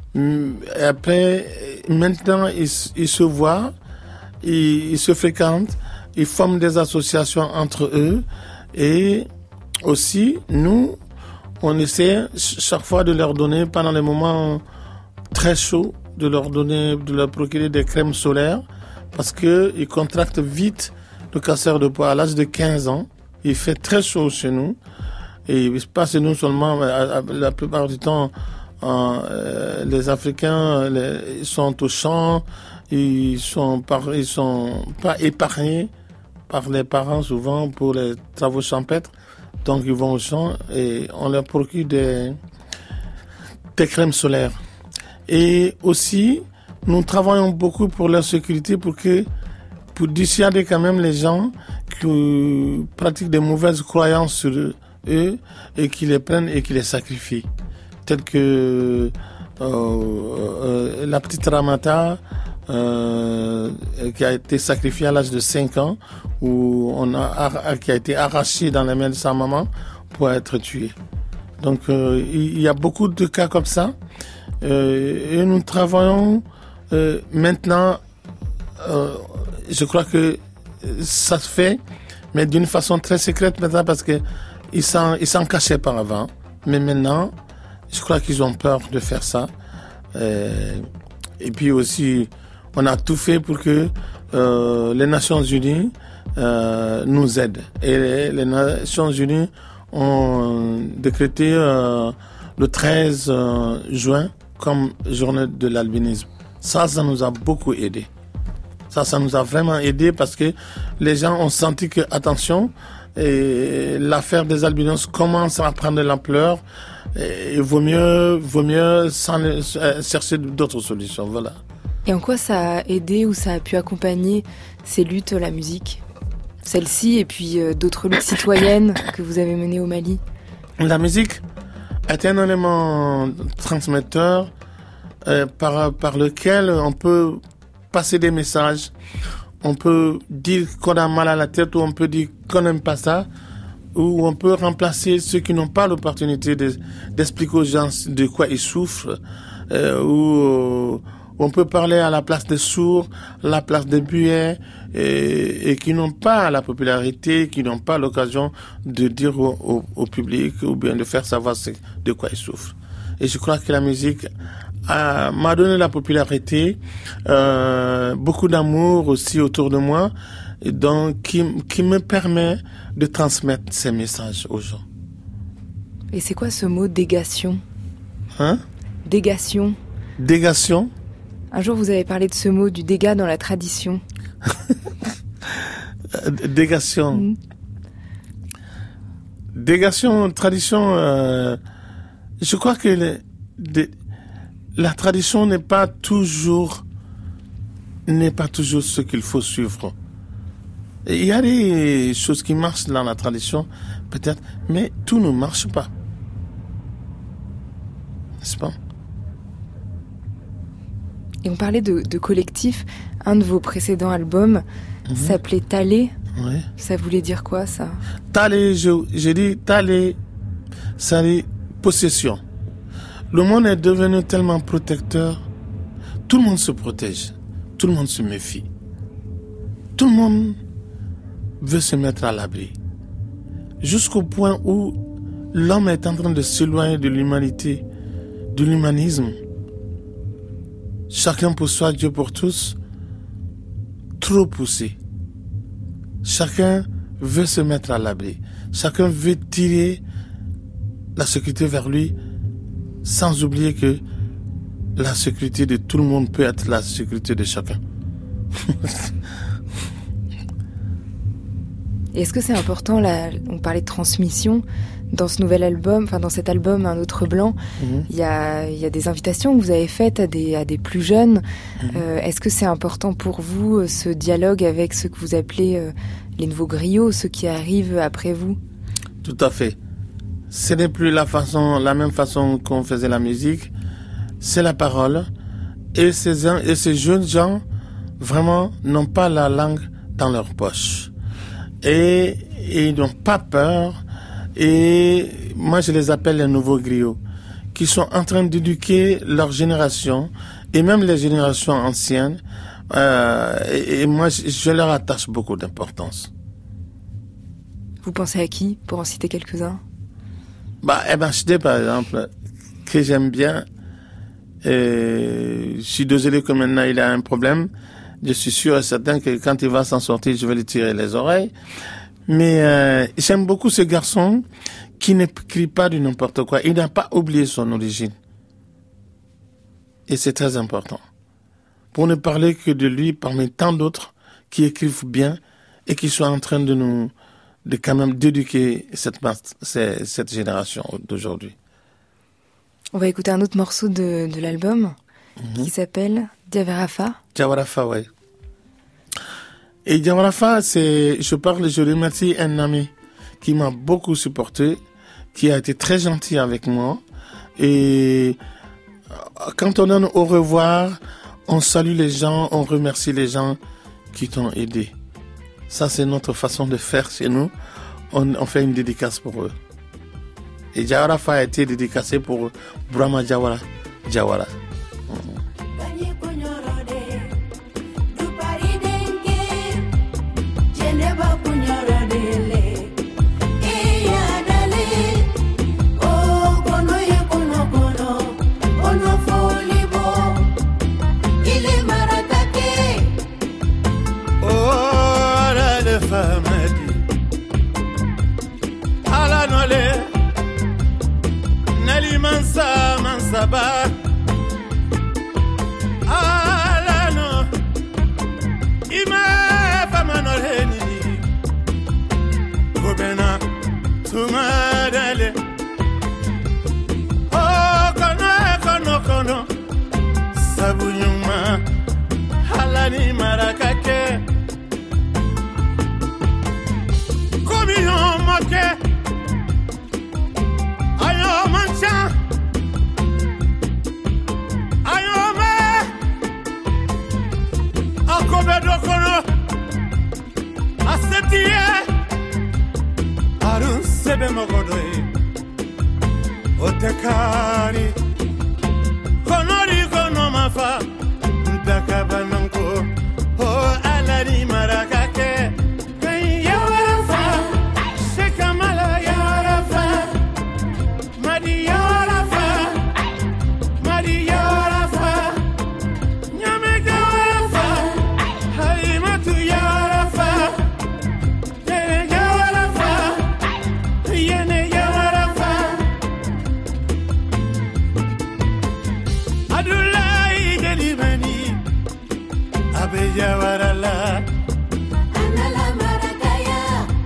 [SPEAKER 4] et après, maintenant, ils, ils se voient, ils, ils se fréquentent, ils forment des associations entre eux, et aussi, nous, on essaie chaque fois de leur donner, pendant les moments très chauds, de leur donner, de leur procurer des crèmes solaires parce que ils contractent vite le cancer de peau à l'âge de quinze ans. Il fait très chaud chez nous et pas chez nous seulement, mais la plupart du temps, euh, les Africains, les, ils sont au champ, ils sont par, ils sont pas épargnés par les parents souvent pour les travaux champêtres, donc ils vont au champ et on leur procure des, des crèmes solaires. Et aussi, nous travaillons beaucoup pour leur sécurité, pour que, pour dissuader quand même les gens qui pratiquent des mauvaises croyances sur eux et qui les prennent et qui les sacrifient. Tel que euh, euh, la petite Ramata, euh, qui a été sacrifiée à l'âge de cinq ans, où on a, qui a été arrachée dans les mains de sa maman pour être tuée. Donc, euh, il y a beaucoup de cas comme ça. Euh, et nous travaillons euh, maintenant, euh, je crois que ça se fait, mais d'une façon très secrète maintenant parce qu'ils s'en, ils s'en cachaient par avant. Mais maintenant, je crois qu'ils ont peur de faire ça. Euh, et puis aussi, on a tout fait pour que euh, les Nations Unies euh, nous aident. Et les, les Nations Unies ont décrété euh, le treize juin comme journée de l'albinisme. Ça, ça nous a beaucoup aidé. Ça, ça nous a vraiment aidé parce que les gens ont senti que, attention, et l'affaire des albinos commence à prendre de l'ampleur. Et il vaut mieux, vaut mieux s'en, euh, chercher d'autres solutions, voilà.
[SPEAKER 3] Et en quoi ça a aidé ou ça a pu accompagner ces luttes, la musique ? Celle-ci et puis euh, d'autres luttes citoyennes que vous avez menées au Mali ?
[SPEAKER 4] La musique est un élément transmetteur euh, par, par lequel on peut passer des messages. On peut dire qu'on a mal à la tête ou on peut dire qu'on n'aime pas ça. Ou on peut remplacer ceux qui n'ont pas l'opportunité de, d'expliquer aux gens de quoi ils souffrent. Euh, ou on peut parler à la place des sourds, à la place des muets, et, et qui n'ont pas la popularité, qui n'ont pas l'occasion de dire au, au, au public ou bien de faire savoir ce, de quoi ils souffrent. Et je crois que la musique a, m'a donné la popularité, euh, beaucoup d'amour aussi autour de moi, et donc qui, qui me permet de transmettre ces messages aux gens.
[SPEAKER 3] Et c'est quoi ce mot dégation ?
[SPEAKER 4] Hein ?
[SPEAKER 3] Dégation.
[SPEAKER 4] Dégation ?
[SPEAKER 3] Un jour, vous avez parlé de ce mot, du dégât dans la tradition.
[SPEAKER 4] Dégation. Mmh. Dégation, tradition, euh, je crois que les, de, la tradition n'est pas toujours, n'est pas toujours ce qu'il faut suivre. Il y a des choses qui marchent dans la tradition, peut-être, mais tout ne marche pas. N'est-ce pas ?
[SPEAKER 3] Et on parlait de, de collectif. Un de vos précédents albums mmh. s'appelait Talé.
[SPEAKER 4] Oui.
[SPEAKER 3] Ça voulait dire quoi, ça ?
[SPEAKER 4] Talé, je, je dis Talé, ça dit possession. Le monde est devenu tellement protecteur. Tout le monde se protège. Tout le monde se méfie. Tout le monde veut se mettre à l'abri. Jusqu'au point où l'homme est en train de s'éloigner de l'humanité, de l'humanisme. Chacun pour soi, Dieu pour tous. Trop poussé. Chacun veut se mettre à l'abri. Chacun veut tirer la sécurité vers lui, sans oublier que la sécurité de tout le monde peut être la sécurité de chacun.
[SPEAKER 3] Et est-ce que c'est important, là, on parlait de transmission, dans ce nouvel album, enfin dans cet album Un autre blanc, il mmh. y, a, y a des invitations que vous avez faites à des, à des plus jeunes. Mmh. Euh, est-ce que c'est important pour vous, ce dialogue avec ceux que vous appelez euh, les nouveaux griots, ceux qui arrivent après vous ?
[SPEAKER 4] Tout à fait. Ce n'est plus la façon, la même façon qu'on faisait la musique, c'est la parole. Et ces, et ces jeunes gens, vraiment, n'ont pas la langue dans leur poche. Et, et ils n'ont pas peur. Et moi, je les appelle les nouveaux griots, qui sont en train d'éduquer leur génération, et même les générations anciennes. Euh, et, et moi, je, je leur attache beaucoup d'importance.
[SPEAKER 3] Vous pensez à qui, pour en citer quelques-uns ?
[SPEAKER 4] Bah, Ebn Chidé, par exemple, que j'aime bien. Et je suis désolé que maintenant il a un problème. Je suis sûr et certain que quand il va s'en sortir, je vais lui tirer les oreilles. Mais euh, j'aime beaucoup ce garçon qui n'écrit pas du n'importe quoi. Il n'a pas oublié son origine. Et c'est très important. Pour ne parler que de lui parmi tant d'autres qui écrivent bien et qui sont en train de nous, de quand même d'éduquer cette, cette génération d'aujourd'hui.
[SPEAKER 3] On va écouter un autre morceau de, de l'album mmh. qui s'appelle Diawarafa.
[SPEAKER 4] Diawarafa, oui. Et Diawarafa, c'est, je parle, je remercie un ami qui m'a beaucoup supporté, qui a été très gentil avec moi. Et quand on donne au revoir, on salue les gens, on remercie les gens qui t'ont aidé. Ça, c'est notre façon de faire chez nous. On, on fait une dédicace pour eux. Et Diawarafa a été dédicacé pour Brahma Diawara. Diawara.
[SPEAKER 13] Mansa, mansa ba, alano, ima famanoleni, kobena, tumadale, alani marakake komi yon moke ayo mancha ayo me akobe dokono asetie arun sebe mogodoe otekari konori kono mafa dakabananko o alani marakake kai yarafa shekamala yarafa madi yarafa madi yarafa nyame yarafa halimatu yarafa yene yarafa yene yarafa Adulai Jelibani Abeja warala Anala marakaya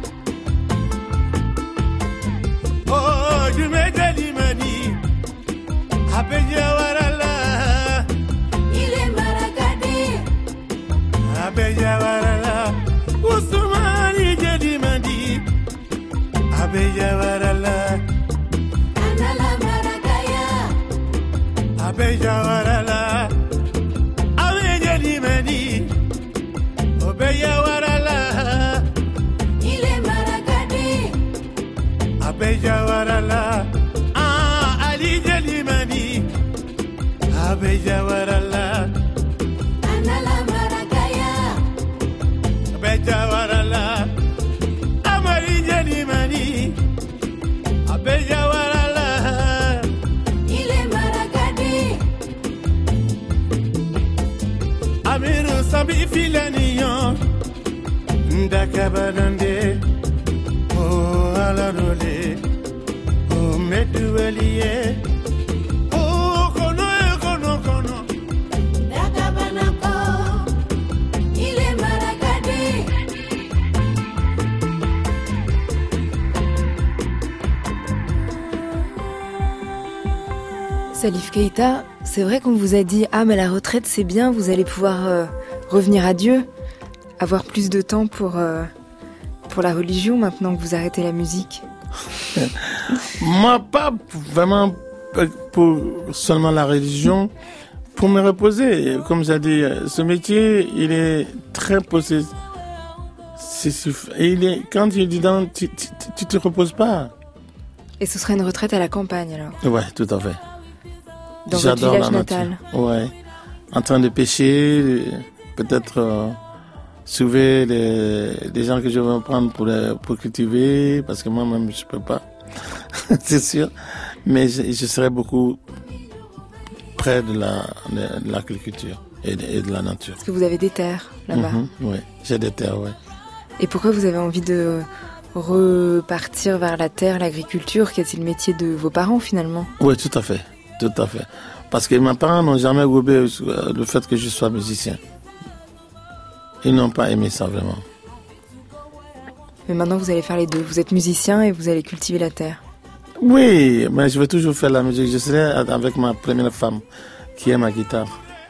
[SPEAKER 13] Oh Jume Jelimani Abeja warala Ile marakade Abeja warala Usumani Jelimani Abeja warala Anala marakaya Abeja warala Abeja limani Obeya warala Ile marakade Abeja warala Ah Ali Jelimani Abeja warala Anala marakaya Abeja warala Amari Jelimani Abeja warala Ile marakade Amiru sabi filaniyon Ndakabanande Oh alanole Oh medueliye Oh kono kono kono Ndakabanako Ile marakade
[SPEAKER 3] Salif Keita, c'est vrai qu'on vous a dit « Ah, mais la retraite, c'est bien, vous allez pouvoir euh, revenir à Dieu, avoir plus de temps pour, euh, pour la religion maintenant que vous arrêtez la musique. »
[SPEAKER 4] Moi, pas vraiment pour seulement la religion, pour me reposer. Comme j'ai dit, ce métier, il est très possessif. Et il est, quand tu es dedans, tu, tu, tu te reposes pas.
[SPEAKER 3] Et ce serait une retraite à la campagne alors?
[SPEAKER 4] Ouais, tout à fait.
[SPEAKER 3] Dans
[SPEAKER 4] J'adore
[SPEAKER 3] votre village
[SPEAKER 4] la
[SPEAKER 3] natal.
[SPEAKER 4] nature. Ouais. En train de pêcher, peut-être euh, sauver les, les gens que je veux prendre pour, les, pour cultiver, parce que moi-même, je peux pas. C'est sûr. Mais je, je serai beaucoup près de, la, de, de l'agriculture et de, et de la nature.
[SPEAKER 3] Parce que vous avez des terres là-bas.
[SPEAKER 4] Mm-hmm, oui, j'ai des terres, oui.
[SPEAKER 3] Et pourquoi vous avez envie de repartir vers la terre, l'agriculture, qui est le métier de vos parents finalement?
[SPEAKER 4] Oui, tout à fait. Tout à fait. Parce que mes parents n'ont jamais gobé le fait que je sois musicien. Ils n'ont pas aimé ça vraiment.
[SPEAKER 3] Mais maintenant vous allez faire les deux. Vous êtes musicien et vous allez cultiver la terre.
[SPEAKER 4] Oui, mais je vais toujours faire la musique. Je serai avec ma première femme qui aime ma guitare.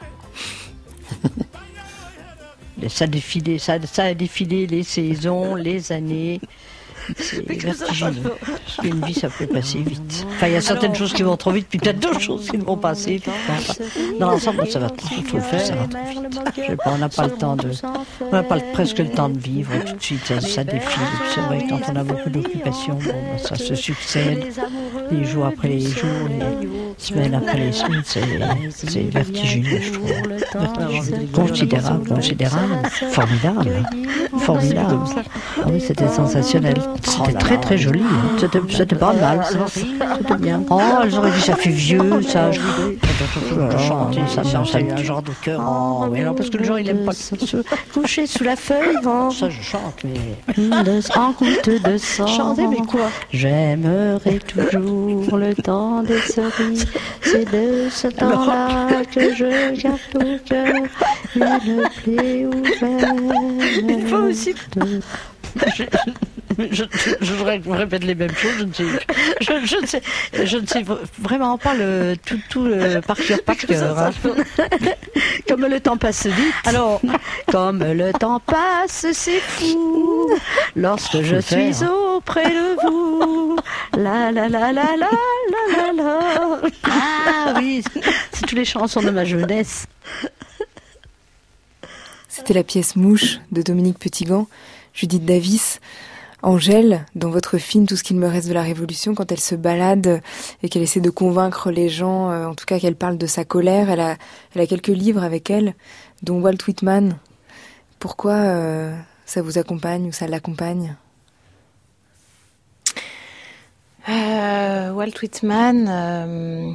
[SPEAKER 14] Ça défilé, ça, ça a défilé les saisons, les années. C'est vertigineux. Une vie, ça peut passer vite. Enfin, il y a certaines choses qui vont trop vite, puis peut-être d'autres choses qui vont passer vite. Dans l'ensemble, ça va trop vite. Il faut le faire, ça va trop vite. Je sais pas, on n'a pas le temps de, on n'a pas presque le temps de vivre tout de suite. Ça, ça défile. C'est vrai que quand on a beaucoup d'occupations, bon, ben, ça se succède, les jours après les jours, les semaines après les semaines. C'est, c'est vertigineux, je trouve. Vertigineux. Considérable, considérable, formidable, formidable. Ah oui, c'était sensationnel. C'était très très joli. Hein. C'était, c'était pas mal. C'était bien. Oh, elles auraient dit ça fait vieux, ça. Je chanter, ça, ça, ça, un genre de cœur. Oh, mais non, parce que le genre il aime pas se coucher sous la feuille. Hein. Ça, je chante, mais. En goutte de sang. Chanter, mais quoi? J'aimerais toujours le temps des cerises. C'est de ce temps-là que je garde au cœur une plaie ouverte. Il faut aussi. je, je, je, je répète les mêmes choses, je ne sais, je, je ne sais, je ne sais vraiment pas le, tout, tout le par cœur, par cœur. Hein.
[SPEAKER 1] Comme le temps passe vite.
[SPEAKER 14] Alors, comme le temps passe, c'est fou, lorsque je suis faire. auprès de vous. La la la la la la la la.
[SPEAKER 1] Ah oui, c'est toutes les chansons de ma jeunesse.
[SPEAKER 3] C'était la pièce Mouche de Dominique Petitgand. Judith Davis, Angèle, dans votre film Tout ce qu'il me reste de la Révolution, quand elle se balade et qu'elle essaie de convaincre les gens, euh, en tout cas qu'elle parle de sa colère, elle a, elle a quelques livres avec elle, dont Walt Whitman. Pourquoi euh, ça vous accompagne ou ça l'accompagne ?
[SPEAKER 2] euh, Walt Whitman... Euh...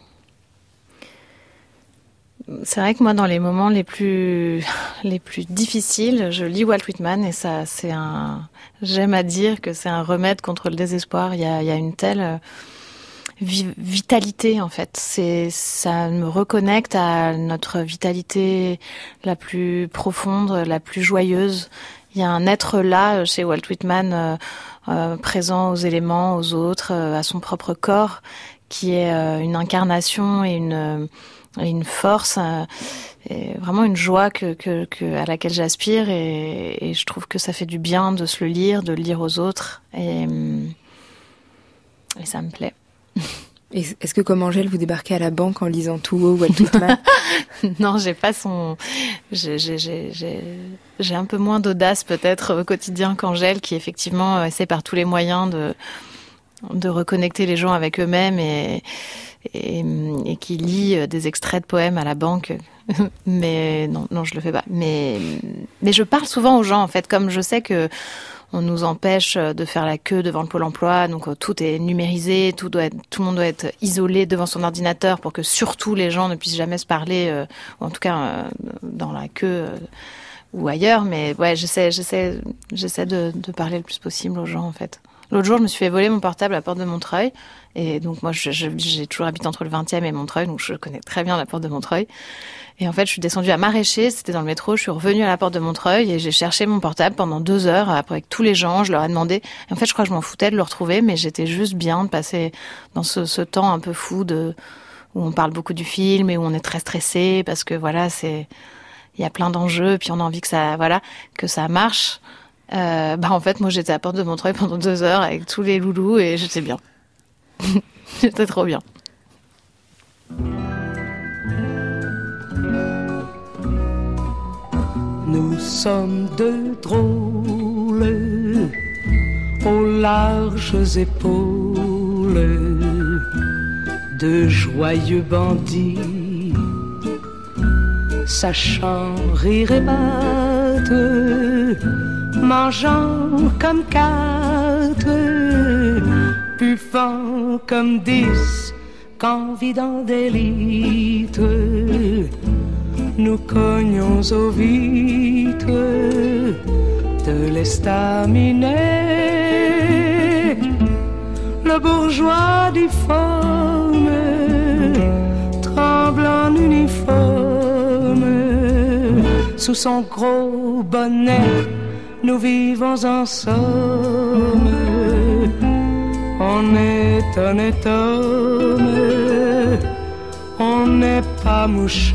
[SPEAKER 2] C'est vrai que moi, dans les moments les plus les plus difficiles, je lis Walt Whitman et ça, c'est un. J'aime à dire que c'est un remède contre le désespoir. Il y a, il y a une telle vi- vitalité en fait. C'est, ça me reconnecte à notre vitalité la plus profonde, la plus joyeuse. Il y a un être là chez Walt Whitman, euh, euh, présent aux éléments, aux autres, euh, à son propre corps, qui est euh, une incarnation et une euh, et une force, euh, et vraiment une joie que, que, que, à laquelle j'aspire et, et je trouve que ça fait du bien de se le lire, de le lire aux autres et, et ça me plaît.
[SPEAKER 3] Et est-ce que comme Angèle, vous débarquez à la banque en lisant tout haut Walt Whitman ?
[SPEAKER 2] Non, j'ai pas son... J'ai, j'ai, j'ai, j'ai, j'ai un peu moins d'audace peut-être au quotidien qu'Angèle qui effectivement essaie par tous les moyens de, de reconnecter les gens avec eux-mêmes et... Et, et qui lit des extraits de poèmes à la banque, mais non, non, je le fais pas. Mais, mais je parle souvent aux gens, en fait, comme je sais que on nous empêche de faire la queue devant le Pôle emploi, donc tout est numérisé, tout doit être, tout le monde doit être isolé devant son ordinateur pour que surtout les gens ne puissent jamais se parler, euh, ou en tout cas euh, dans la queue euh, ou ailleurs. Mais ouais, j'essaie, j'essaie, j'essaie de, de parler le plus possible aux gens, en fait. L'autre jour, je me suis fait voler mon portable à la porte de Montreuil. Et donc, moi, je, je, j'ai toujours habité entre le vingtième et Montreuil, donc je connais très bien la porte de Montreuil. Et en fait, je suis descendue à Maraîcher, c'était dans le métro, je suis revenue à la porte de Montreuil et j'ai cherché mon portable pendant deux heures avec tous les gens, je leur ai demandé. Et en fait, je crois que je m'en foutais de le retrouver, mais j'étais juste bien de passer dans ce, ce temps un peu fou de, où on parle beaucoup du film et où on est très stressé parce que voilà, c'est, il y a plein d'enjeux, puis on a envie que ça, voilà, que ça marche. Euh, bah en fait moi j'étais à la porte de Montreuil pendant deux heures avec tous les loulous et j'étais bien. J'étais trop bien.
[SPEAKER 15] Nous sommes deux drôles aux larges épaules, de joyeux bandits sachant rire et battre, mangeant comme quatre, buvant comme dix, convidant d'élite. Nous cognons aux vitres de l'estaminet. Le bourgeois difforme tremble en uniforme. Sous son gros bonnet, nous vivons en somme. On est honnête homme, on n'est pas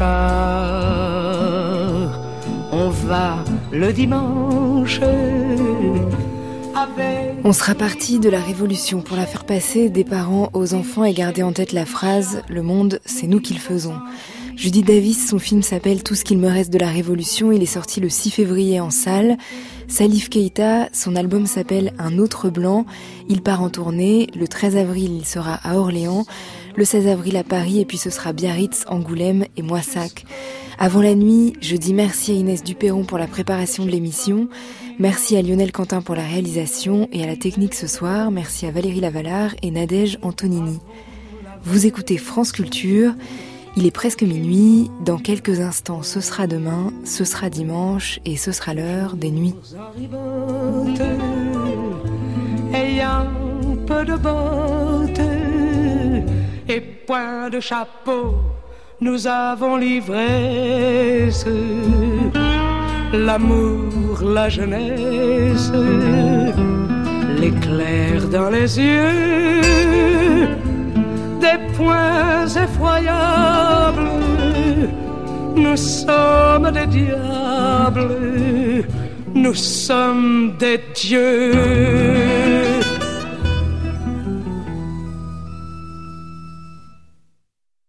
[SPEAKER 15] mouchard. On va le dimanche avec...
[SPEAKER 3] On sera parti de la Révolution pour la faire passer des parents aux enfants et garder en tête la phrase « Le monde, c'est nous qui le faisons ». Judith Davis, son film s'appelle « Tout ce qu'il me reste de la Révolution ». Il est sorti le six février en salle. Salif Keita, son album s'appelle « Un autre blanc ». Il part en tournée. Le treize avril, il sera à Orléans. Le seize avril à Paris et puis ce sera Biarritz, Angoulême et Moissac. Avant la nuit, je dis merci à Inès Duperron pour la préparation de l'émission. Merci à Lionel Quentin pour la réalisation et à la technique ce soir. Merci à Valérie Lavalard et Nadège Antonini. Vous écoutez France Culture. Il est presque minuit. Dans quelques instants, ce sera demain, ce sera dimanche et ce sera l'heure des nuits.
[SPEAKER 15] Ayant peu de bottes et point de chapeau, nous avons l'ivresse, l'amour, la jeunesse, dans les yeux, des points effroyables. Nous sommes des diables, nous sommes des dieux.